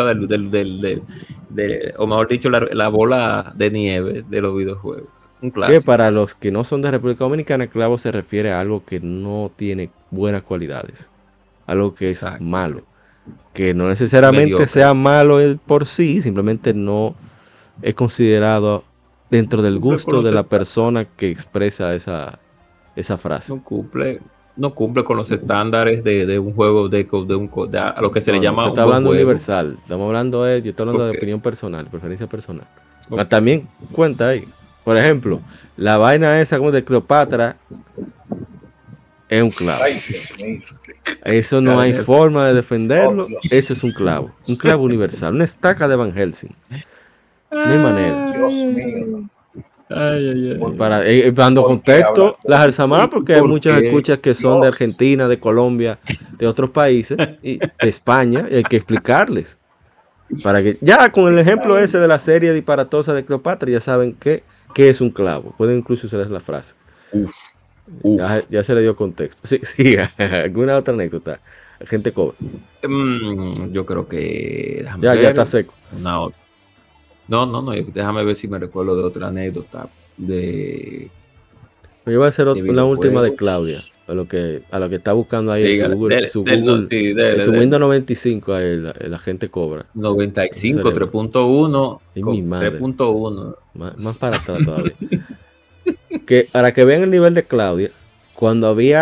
o mejor dicho, la bola de nieve de los videojuegos. Un clásico. Que para los que no son de República Dominicana, clavo se refiere a algo que no tiene buenas cualidades, algo que es malo, que no necesariamente sea malo él por sí, simplemente no es considerado dentro del gusto de la persona que expresa esa frase. No cumple con los estándares de un juego a lo que se le llama un juego. Está hablando universal. Estamos hablando yo estoy hablando de opinión personal, preferencia personal. También cuenta ahí. Por ejemplo, la vaina esa como de Cleopatra es un clavo. Eso no hay forma de defenderlo. Eso es un clavo universal, una estaca de Van Helsing. No hay manera. Dios mío. Para dando contexto, las Alzamar, porque hay muchas escuchas que son de Argentina, de Colombia, de otros países y de España, y hay que explicarles para que ya con el ejemplo ese de la serie disparatosa de Cleopatra ya saben qué es un clavo. Pueden incluso usar la frase. Ya se le dio contexto. Sí, alguna otra anécdota. Gente cobra. Yo creo que ya está seco. No, déjame ver si me recuerdo de otra anécdota de... Yo voy a hacer la última de Claudia, a lo que está buscando ahí en su Windows 95, la gente cobra. 95, 3.1. 3.1. Más para atrás todavía. Que para que vean el nivel de Claudia, cuando había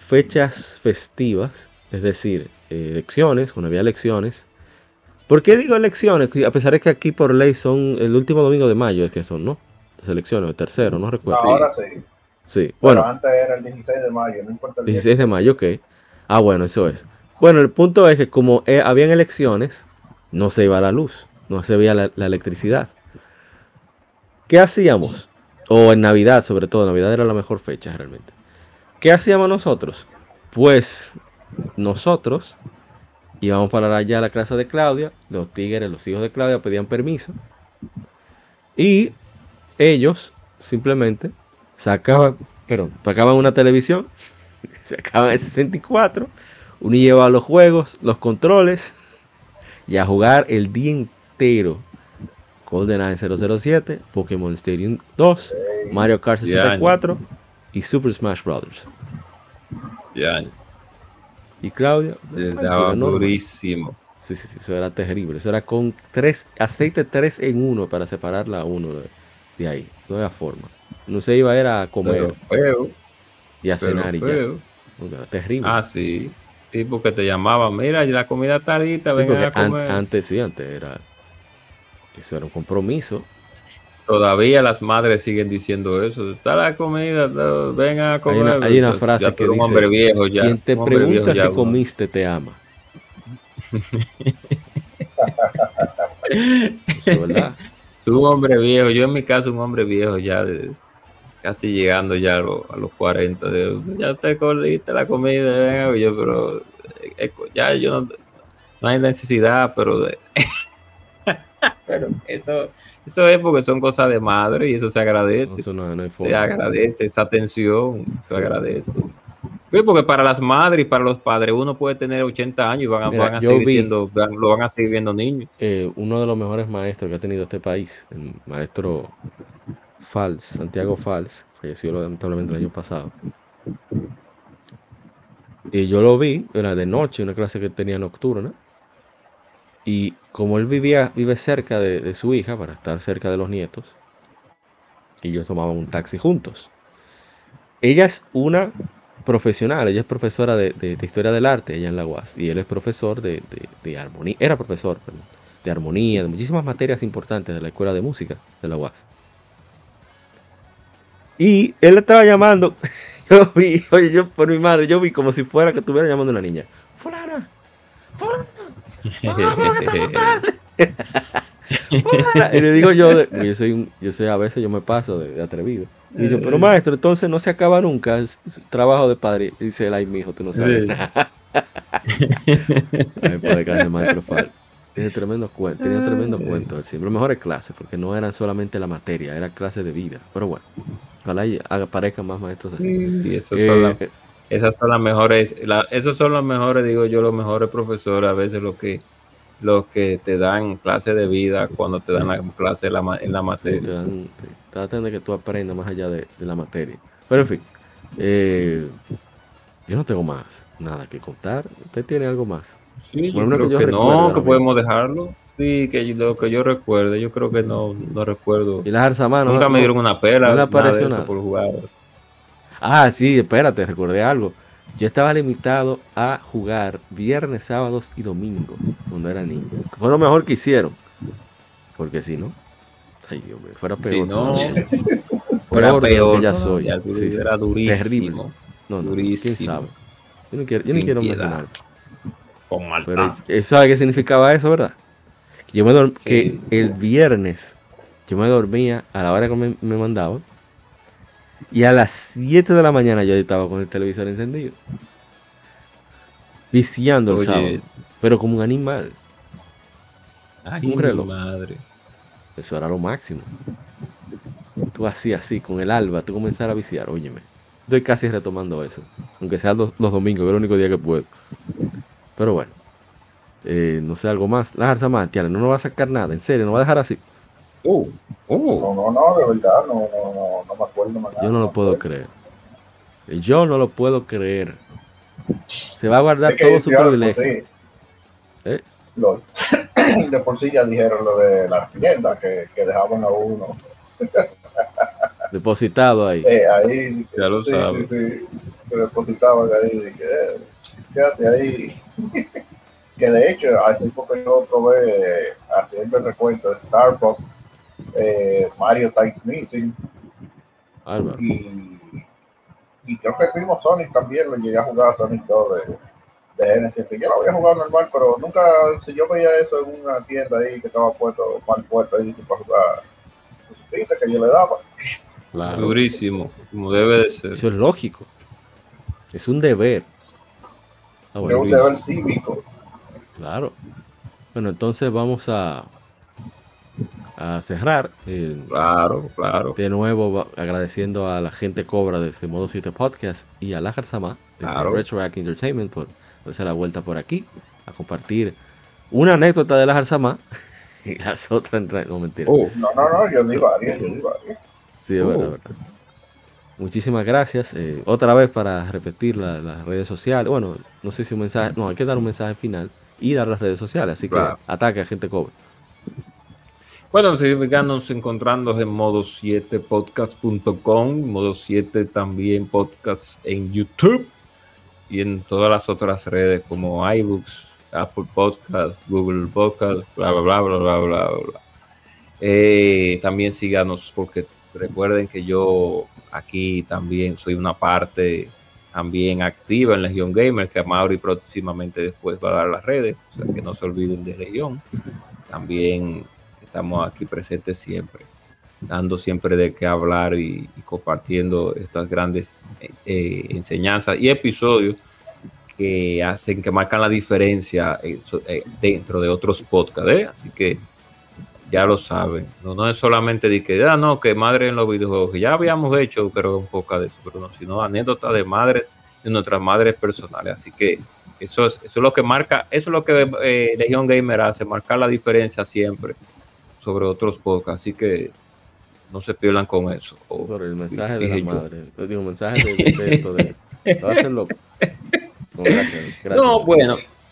fechas festivas, es decir, elecciones, cuando había elecciones. ¿Por qué digo elecciones? A pesar de que aquí por ley son el último domingo de mayo, es que son, ¿no? Las elecciones, el tercero, no recuerdo. No, ahora sí. Sí, Bueno, bueno, antes era el 16 de mayo, no importa el 16 de mayo, ok. Ah, bueno, eso es. Bueno, el punto es que como habían elecciones, no se iba la luz, no se veía la electricidad. ¿Qué hacíamos? O en Navidad, sobre todo, Navidad era la mejor fecha realmente. ¿Qué hacíamos nosotros? Pues nosotros íbamos para allá a la casa de Claudia, los tigres, los hijos de Claudia pedían permiso y ellos simplemente sacaban una televisión, sacaban el 64, uno llevaba los juegos, los controles y a jugar el día entero. GoldenEye 007, Pokémon Stadium 2, Mario Kart 64 y Super Smash Bros. Y Claudia les daba durísimo. Sí, eso era terrible. Eso era con aceite 3 en 1 para separarla a uno de ahí. No había forma. No se iba era a comer y a cenar y ya. Era terrible. Ah, sí. Sí, porque te llamaban, mira, la comida está lista, sí, vengan a comer. Antes era. Eso era un compromiso. Todavía las madres siguen diciendo eso. Está la comida, vengan a comer. Hay una frase que dice: hombre viejo ya, quien te pregunta si comiste te ama. Eso es verdad. Tú, un hombre viejo, yo en mi caso, un hombre viejo ya, casi llegando ya a los 40. Ya te coliste la comida, venga, yo, pero ya yo no hay necesidad, pero pero eso es porque son cosas de madre y eso se agradece. Eso no hay forma. Se agradece esa atención, se agradece. Porque para las madres y para los padres uno puede tener 80 años y van a seguir viendo niños. Uno de los mejores maestros que ha tenido este país, el maestro Santiago Fals, falleció lamentablemente el año pasado. Y yo lo vi, era de noche, una clase que tenía nocturna. Y como él vive cerca de su hija, para estar cerca de los nietos, y ellos tomaban un taxi juntos. Ella es una profesional, ella es profesora de historia del arte, ella en la UAS, y él es profesor de armonía, era profesor de armonía, de muchísimas materias importantes de la escuela de música de la UAS. Y él le estaba llamando, yo vi como si fuera que estuviera llamando a una niña. ¡Fulana! Y le digo yo a veces yo me paso de atrevido. Y yo, pero maestro, entonces no se acaba nunca el trabajo de padre. Y dice él, ay, mijo, tú no sabes nada. Ay, padre, carne, maestro Fal. Tenía tremendo cuento. Siempre mejores clases, porque no eran solamente la materia, era clase de vida. Pero bueno, ojalá aparezcan más maestros así. Sí, esas son las mejores, esos son los mejores, digo yo, los mejores profesores, a veces los que te dan clase de vida cuando te dan la clase en la materia. Sí, tratan de que tú aprendas más allá de la materia. Pero en fin, yo no tengo más nada que contar. ¿Usted tiene algo más? Sí, yo creo que no, que podemos dejarlo. Sí, que lo que yo recuerde, yo creo que no recuerdo. ¿Y las Arzamanos? Nunca me dieron una pela, no le apareció nada por jugar. Ah, sí, espérate, recordé algo. Yo estaba limitado a jugar viernes, sábados y domingos cuando era niño. Fue lo mejor que hicieron. Porque si no, ay Dios mío, fuera peor. Si no, fuera peor que ya soy. Ya, sí, era durísimo. Terrible. No, durísimo. ¿Quién sabe? Yo no quiero imaginar. Con maldad. Pero eso, ¿qué significaba eso, verdad? Que el viernes yo me dormía a la hora que me mandaban. Y a las 7 de la mañana yo estaba con el televisor encendido. Viciando el sábado. Pero como un animal. Ay, un reloj. Madre. Eso era lo máximo. Tú así, con el alba, tú comenzar a viciar. Óyeme. Estoy casi retomando eso. Aunque sea los domingos, que es el único día que puedo. Pero bueno. No sé, algo más. La Arza Mantiale no nos va a sacar nada. En serio, no va a dejar así. No, de verdad, no me acuerdo más. Yo no lo puedo creer. Yo no lo puedo creer. Se va a guardar todo su privilegio. De por sí ya dijeron lo de las tiendas que dejaban a uno depositado ahí. Ahí ya lo sabes. Sí. que depositaban ahí, de que quédate ahí. Que de hecho, así porque yo probé haciendo el recuento de Starbucks, Mario Type Missing y creo que el mismo Sonic también lo llegué a jugar a Sonic 2 de Genesis. Yo lo había jugado normal, pero nunca, si yo veía eso en una tienda ahí que estaba mal puesto ahí para jugar, pues, que yo le daba. Claro. Durísimo, como debe de ser. Eso es lógico. Es un deber. Es un deber cívico. Claro. Bueno, entonces vamos a cerrar. Claro. De nuevo, agradeciendo a la gente Cobra de este Modo 7 Podcast y a Lajar Sama de Retroact Entertainment por darse la vuelta por aquí a compartir una anécdota de Lajar Sama y las otras no mentira. No, yo di varias. Sí, es verdad. Muchísimas gracias. Otra vez para repetir las redes sociales. Bueno, no sé si un mensaje. No, hay que dar un mensaje final y dar las redes sociales. Así que ataque a gente Cobra. Bueno, síganos encontrando en modo7podcast.com, modo 7 también podcast en YouTube y en todas las otras redes como iBooks, Apple Podcasts, Google Podcasts, bla. También síganos porque recuerden que yo aquí también soy una parte también activa en Legión Gamer, que Mauri próximamente después va a dar las redes, o sea que no se olviden de Legión. También estamos aquí presentes siempre, dando siempre de qué hablar y compartiendo estas grandes enseñanzas y episodios que marcan la diferencia dentro de otros podcasts, Así que ya lo saben, no es solamente de que, que madre en los videojuegos, que ya habíamos hecho, creo, un poco de eso, pero no, sino anécdotas de madres, de nuestras madres personales. Así que eso es lo que marca, eso es lo que Legión Gamer hace, marcar la diferencia siempre sobre otros podcasts, así que no se pierdan con eso. Por el mensaje de la madre, digo, mensaje de texto lo hacen loco. Gracias. No, bueno,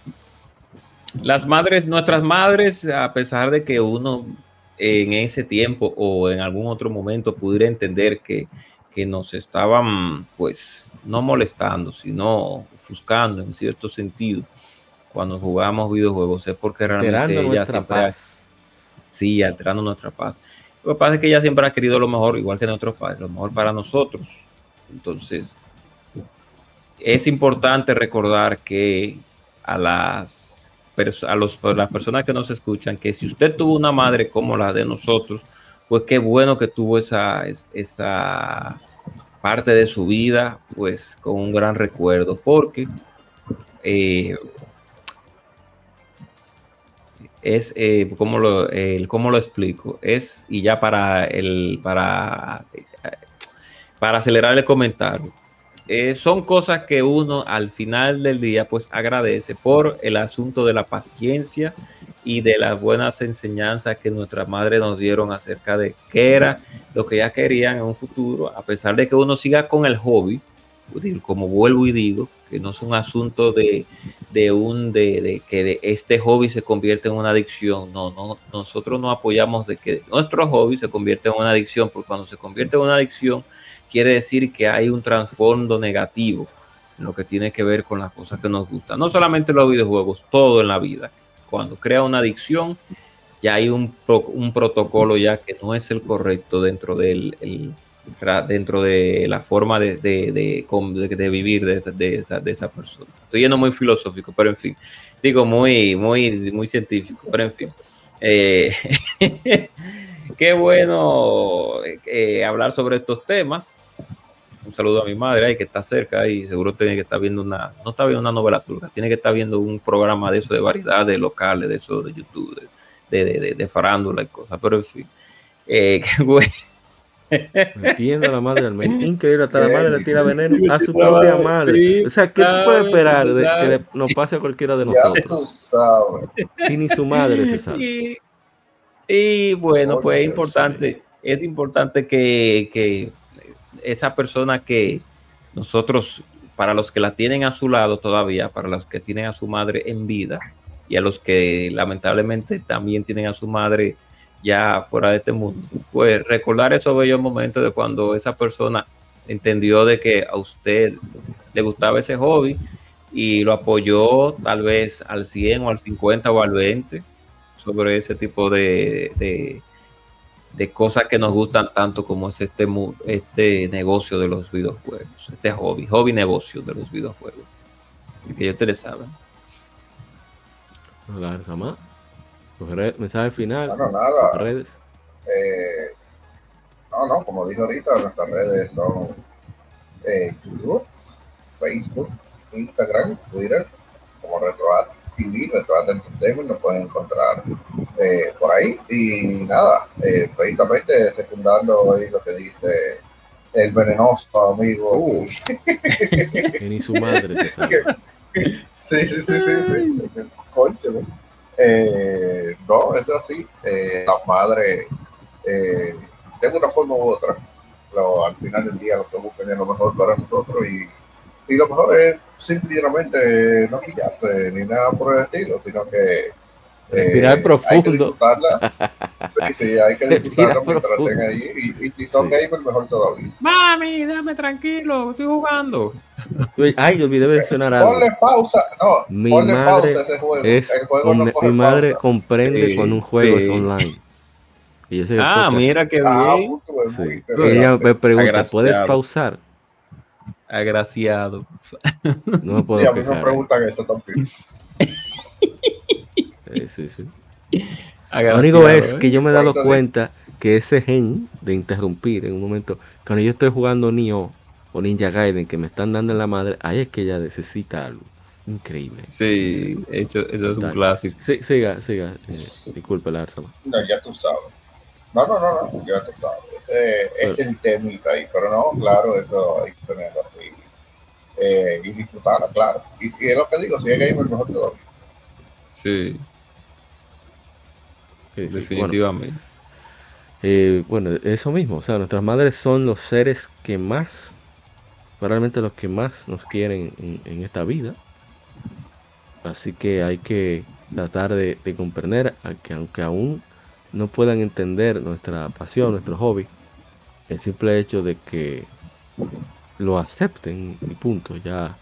nuestras madres, a pesar de que uno en ese tiempo o en algún otro momento pudiera entender que nos estaban, pues, no molestando, sino ofuscando en cierto sentido cuando jugábamos videojuegos, es porque realmente ella siempre alterando nuestra paz. Lo que pasa es que ella siempre ha querido lo mejor, igual que nuestros padres, lo mejor para nosotros. Entonces, es importante recordar que las personas que nos escuchan, que si usted tuvo una madre como la de nosotros, pues qué bueno que tuvo esa parte de su vida, pues con un gran recuerdo, porque ¿cómo lo explico? Y ya para acelerar el comentario, son cosas que uno al final del día pues agradece por el asunto de la paciencia y de las buenas enseñanzas que nuestras madres nos dieron acerca de qué era lo que ellas querían en un futuro, a pesar de que uno siga con el hobby, como vuelvo y digo, que no es un asunto de que este hobby se convierte en una adicción. No, nosotros no apoyamos de que nuestro hobby se convierta en una adicción, porque cuando se convierte en una adicción quiere decir que hay un trasfondo negativo en lo que tiene que ver con las cosas que nos gustan. No solamente los videojuegos, todo en la vida. Cuando crea una adicción, ya hay un protocolo ya que no es el correcto dentro de la forma de vivir de esa persona. Estoy yendo muy filosófico, pero en fin, digo muy científico, pero en fin. Qué bueno hablar sobre estos temas. Un saludo a mi madre ahí que está cerca y seguro tiene que estar viendo no está viendo una novela turca, tiene que estar viendo un programa de eso de variedades locales, de eso de YouTube, de farándula y cosas, pero en fin. Qué bueno. Entiendo a la madre al menos. Increíble, hasta la madre le tira veneno a su propia madre. Sí, o sea, ¿qué tú puedes esperar de que nos pase a cualquiera de nosotros? Si ni su madre se sabe. Y bueno, pues es importante que esa persona que nosotros, para los que la tienen a su lado todavía, para los que tienen a su madre en vida y a los que lamentablemente también tienen a su madre ya fuera de este mundo, pues recordar esos bellos momentos de cuando esa persona entendió de que a usted le gustaba ese hobby y lo apoyó tal vez al 100 o al 50 o al 20 sobre ese tipo de cosas que nos gustan tanto como es este negocio de los videojuegos, este hobby negocio de los videojuegos. Así que ya ustedes saben. Garzamá, mensaje final, Bueno, nada. redes. No, como dije ahorita, nuestras redes son YouTube, Facebook, Instagram, Twitter, como RetroArt TV, RetroArt Entertainment, nos pueden encontrar por ahí. Y nada, precisamente secundando ahí lo que dice el venenoso amigo. Que ni su madre se sabe. Sí. Concho, ¿no? No, es así. Las madres, de una forma u otra, pero al final del día lo que buscan es lo mejor para nosotros y lo mejor es simplemente no guiarse ni nada por el estilo, sino que respirar profundo. hay que disfrutarla. Sí, hay que disfrutarla mientras profundo. estén ahí y son gamers mejor todavía. Mami, dame tranquilo, estoy jugando. Ay, olvidé mencionar algo. Ponle pausa, no, Mi ponle madre pausa a ese juego. es El juego no coge mi madre pausa. comprende Sí, cuando un juego es sí. online. Y ese Ah, podcast, mira qué bien. Muy sí. interesante. Ella me pregunta, Agraciado. ¿puedes pausar? Agraciado. No me Sí, puedo a mí me quejar. preguntan eso también. Sí. Lo Agraciado, único es que yo me he dado Cuéntale. cuenta que ese gen de interrumpir en un momento, cuando yo estoy jugando Nioh o Ninja Gaiden, que me están dando en la madre, ahí es que ella necesita algo increíble. Sí, eso es un Total. clásico. Sí, siga. Disculpe la Arzama. No, ya tú sabes. No, ya tú sabes. Ese es el temita ahí, pero no, claro, eso hay que tenerlo así. Y disfrutarlo, claro. Y es lo que digo, si es gamer, mejor todavía. Sí, Sí. definitivamente. Bueno, eso mismo, o sea, nuestras madres son los seres que más, realmente los que más nos quieren en esta vida. Así que hay que tratar de comprender que aunque aún no puedan entender nuestra pasión, nuestro hobby, el simple hecho de que lo acepten y punto, ya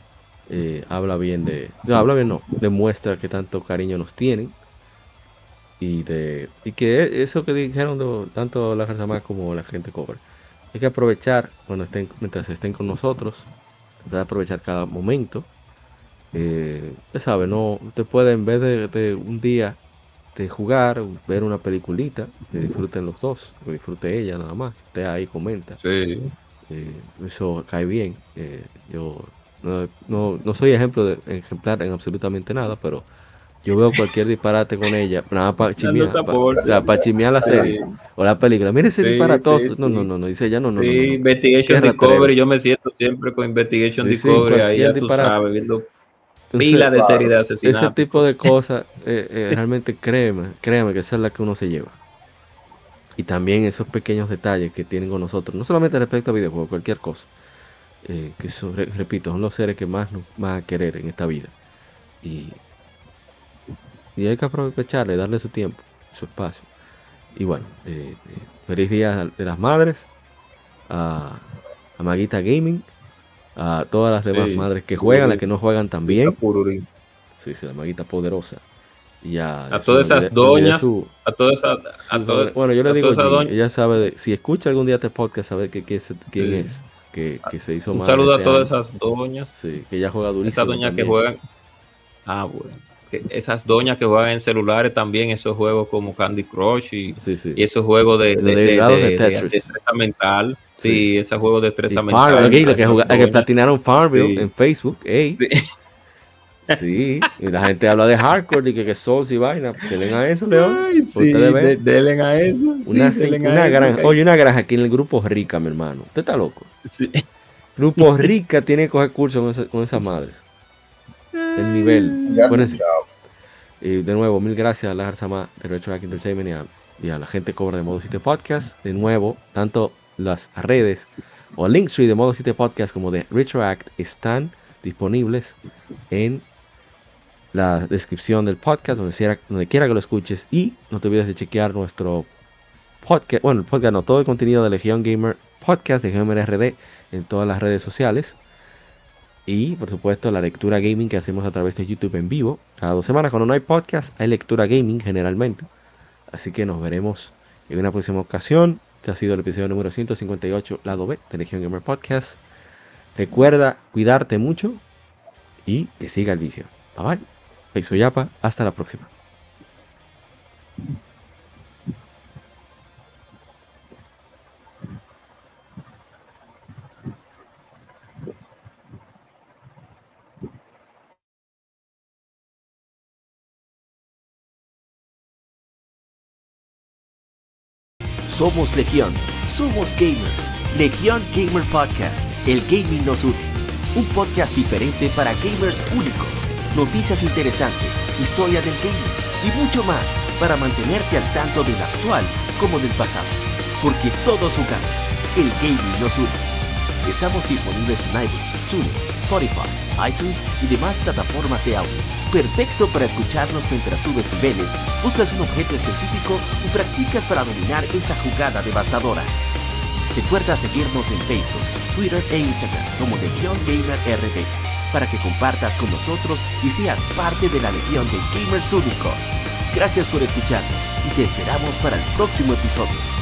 demuestra que tanto cariño nos tienen y que eso que dijeron tanto la Garzamá como la gente Cover, hay que aprovechar mientras estén con nosotros, tratar de aprovechar cada momento. Ya sabe, no, usted puede en vez de un día de jugar, ver una peliculita, que disfruten los dos, que disfrute ella nada más, usted ahí comenta. Sí. Eso cae bien. Yo no soy ejemplar en absolutamente nada, pero yo veo cualquier disparate con ella, nada para chimear, para chimear la serie o la película. Mire ese disparatoso. Sí. No, dice ella no. Investigation Qué Discovery, rastrero. yo me siento siempre con Investigation Sí, Discovery, ahí cualquier ya tú disparate. sabes, viendo Entonces, pila de series de ese asesinatos. tipo de cosas, realmente créeme que esa es la que uno se lleva. Y también esos pequeños detalles que tienen con nosotros, no solamente respecto a videojuegos, cualquier cosa. Que repito, son los seres que más nos van a querer en esta vida. Y hay que aprovecharle, darle su tiempo, su espacio. Y bueno, feliz día de las madres, a Maguita Gaming, a todas las demás madres que juegan, las que no juegan también. Sí, la Maguita poderosa. Y a todas esas doñas, bueno, yo le digo G, ella sabe, si escucha algún día este podcast, sabe quién es, que se hizo un madre. Un saludo a todas esas doñas. Sí, que ella juega durísimo. Esas doñas también que juegan. Bueno. Esas doñas que juegan en celulares también, esos juegos como Candy Crush y esos juegos de destreza mental. Sí, esos juegos de destreza mental. Que platinaron Farmville en Facebook. Sí, y la gente habla de hardcore y que Souls y vaina. Denle a eso, León. Ay, sí, denle a eso. Una granja. Oye, una granja aquí en el Grupo Rica, mi hermano. Usted está loco. Sí. Grupo Rica tiene que coger cursos con esas madres. El nivel. Y de nuevo, mil gracias a la Garzamá de RetroAct Entertainment y a la gente Cobra de Modo 7 Podcast. De nuevo, tanto las redes o Linktree de Modo 7 Podcast como de RetroAct están disponibles en la descripción del podcast, donde quiera que lo escuches. Y no te olvides de chequear nuestro podcast, el podcast no, todo el contenido de Legion Gamer Podcast, Legión Gamer RD en todas las redes sociales. Y por supuesto la lectura gaming que hacemos a través de YouTube en vivo. Cada 2 semanas cuando no hay podcast hay lectura gaming generalmente. Así que nos veremos en una próxima ocasión. Este ha sido el episodio número 158, lado B de Legión Gamer Podcast. Recuerda cuidarte mucho y que siga el vicio. Bye bye. Soy Yapa. Hasta la próxima. Somos Legión, somos gamers. Legión Gamer Podcast, el gaming nos une. Un podcast diferente para gamers únicos, noticias interesantes, historia del gaming y mucho más para mantenerte al tanto del actual como del pasado. Porque todos jugamos, el gaming nos une. Estamos disponibles en iBooks, TuneIn, Spotify, iTunes y demás plataformas de audio. Perfecto para escucharnos mientras subes niveles, buscas un objeto específico y practicas para dominar esa jugada devastadora. Recuerda seguirnos en Facebook, Twitter e Instagram como Legión Gamer RD para que compartas con nosotros y seas parte de la legión de gamers únicos. Gracias por escucharnos y te esperamos para el próximo episodio.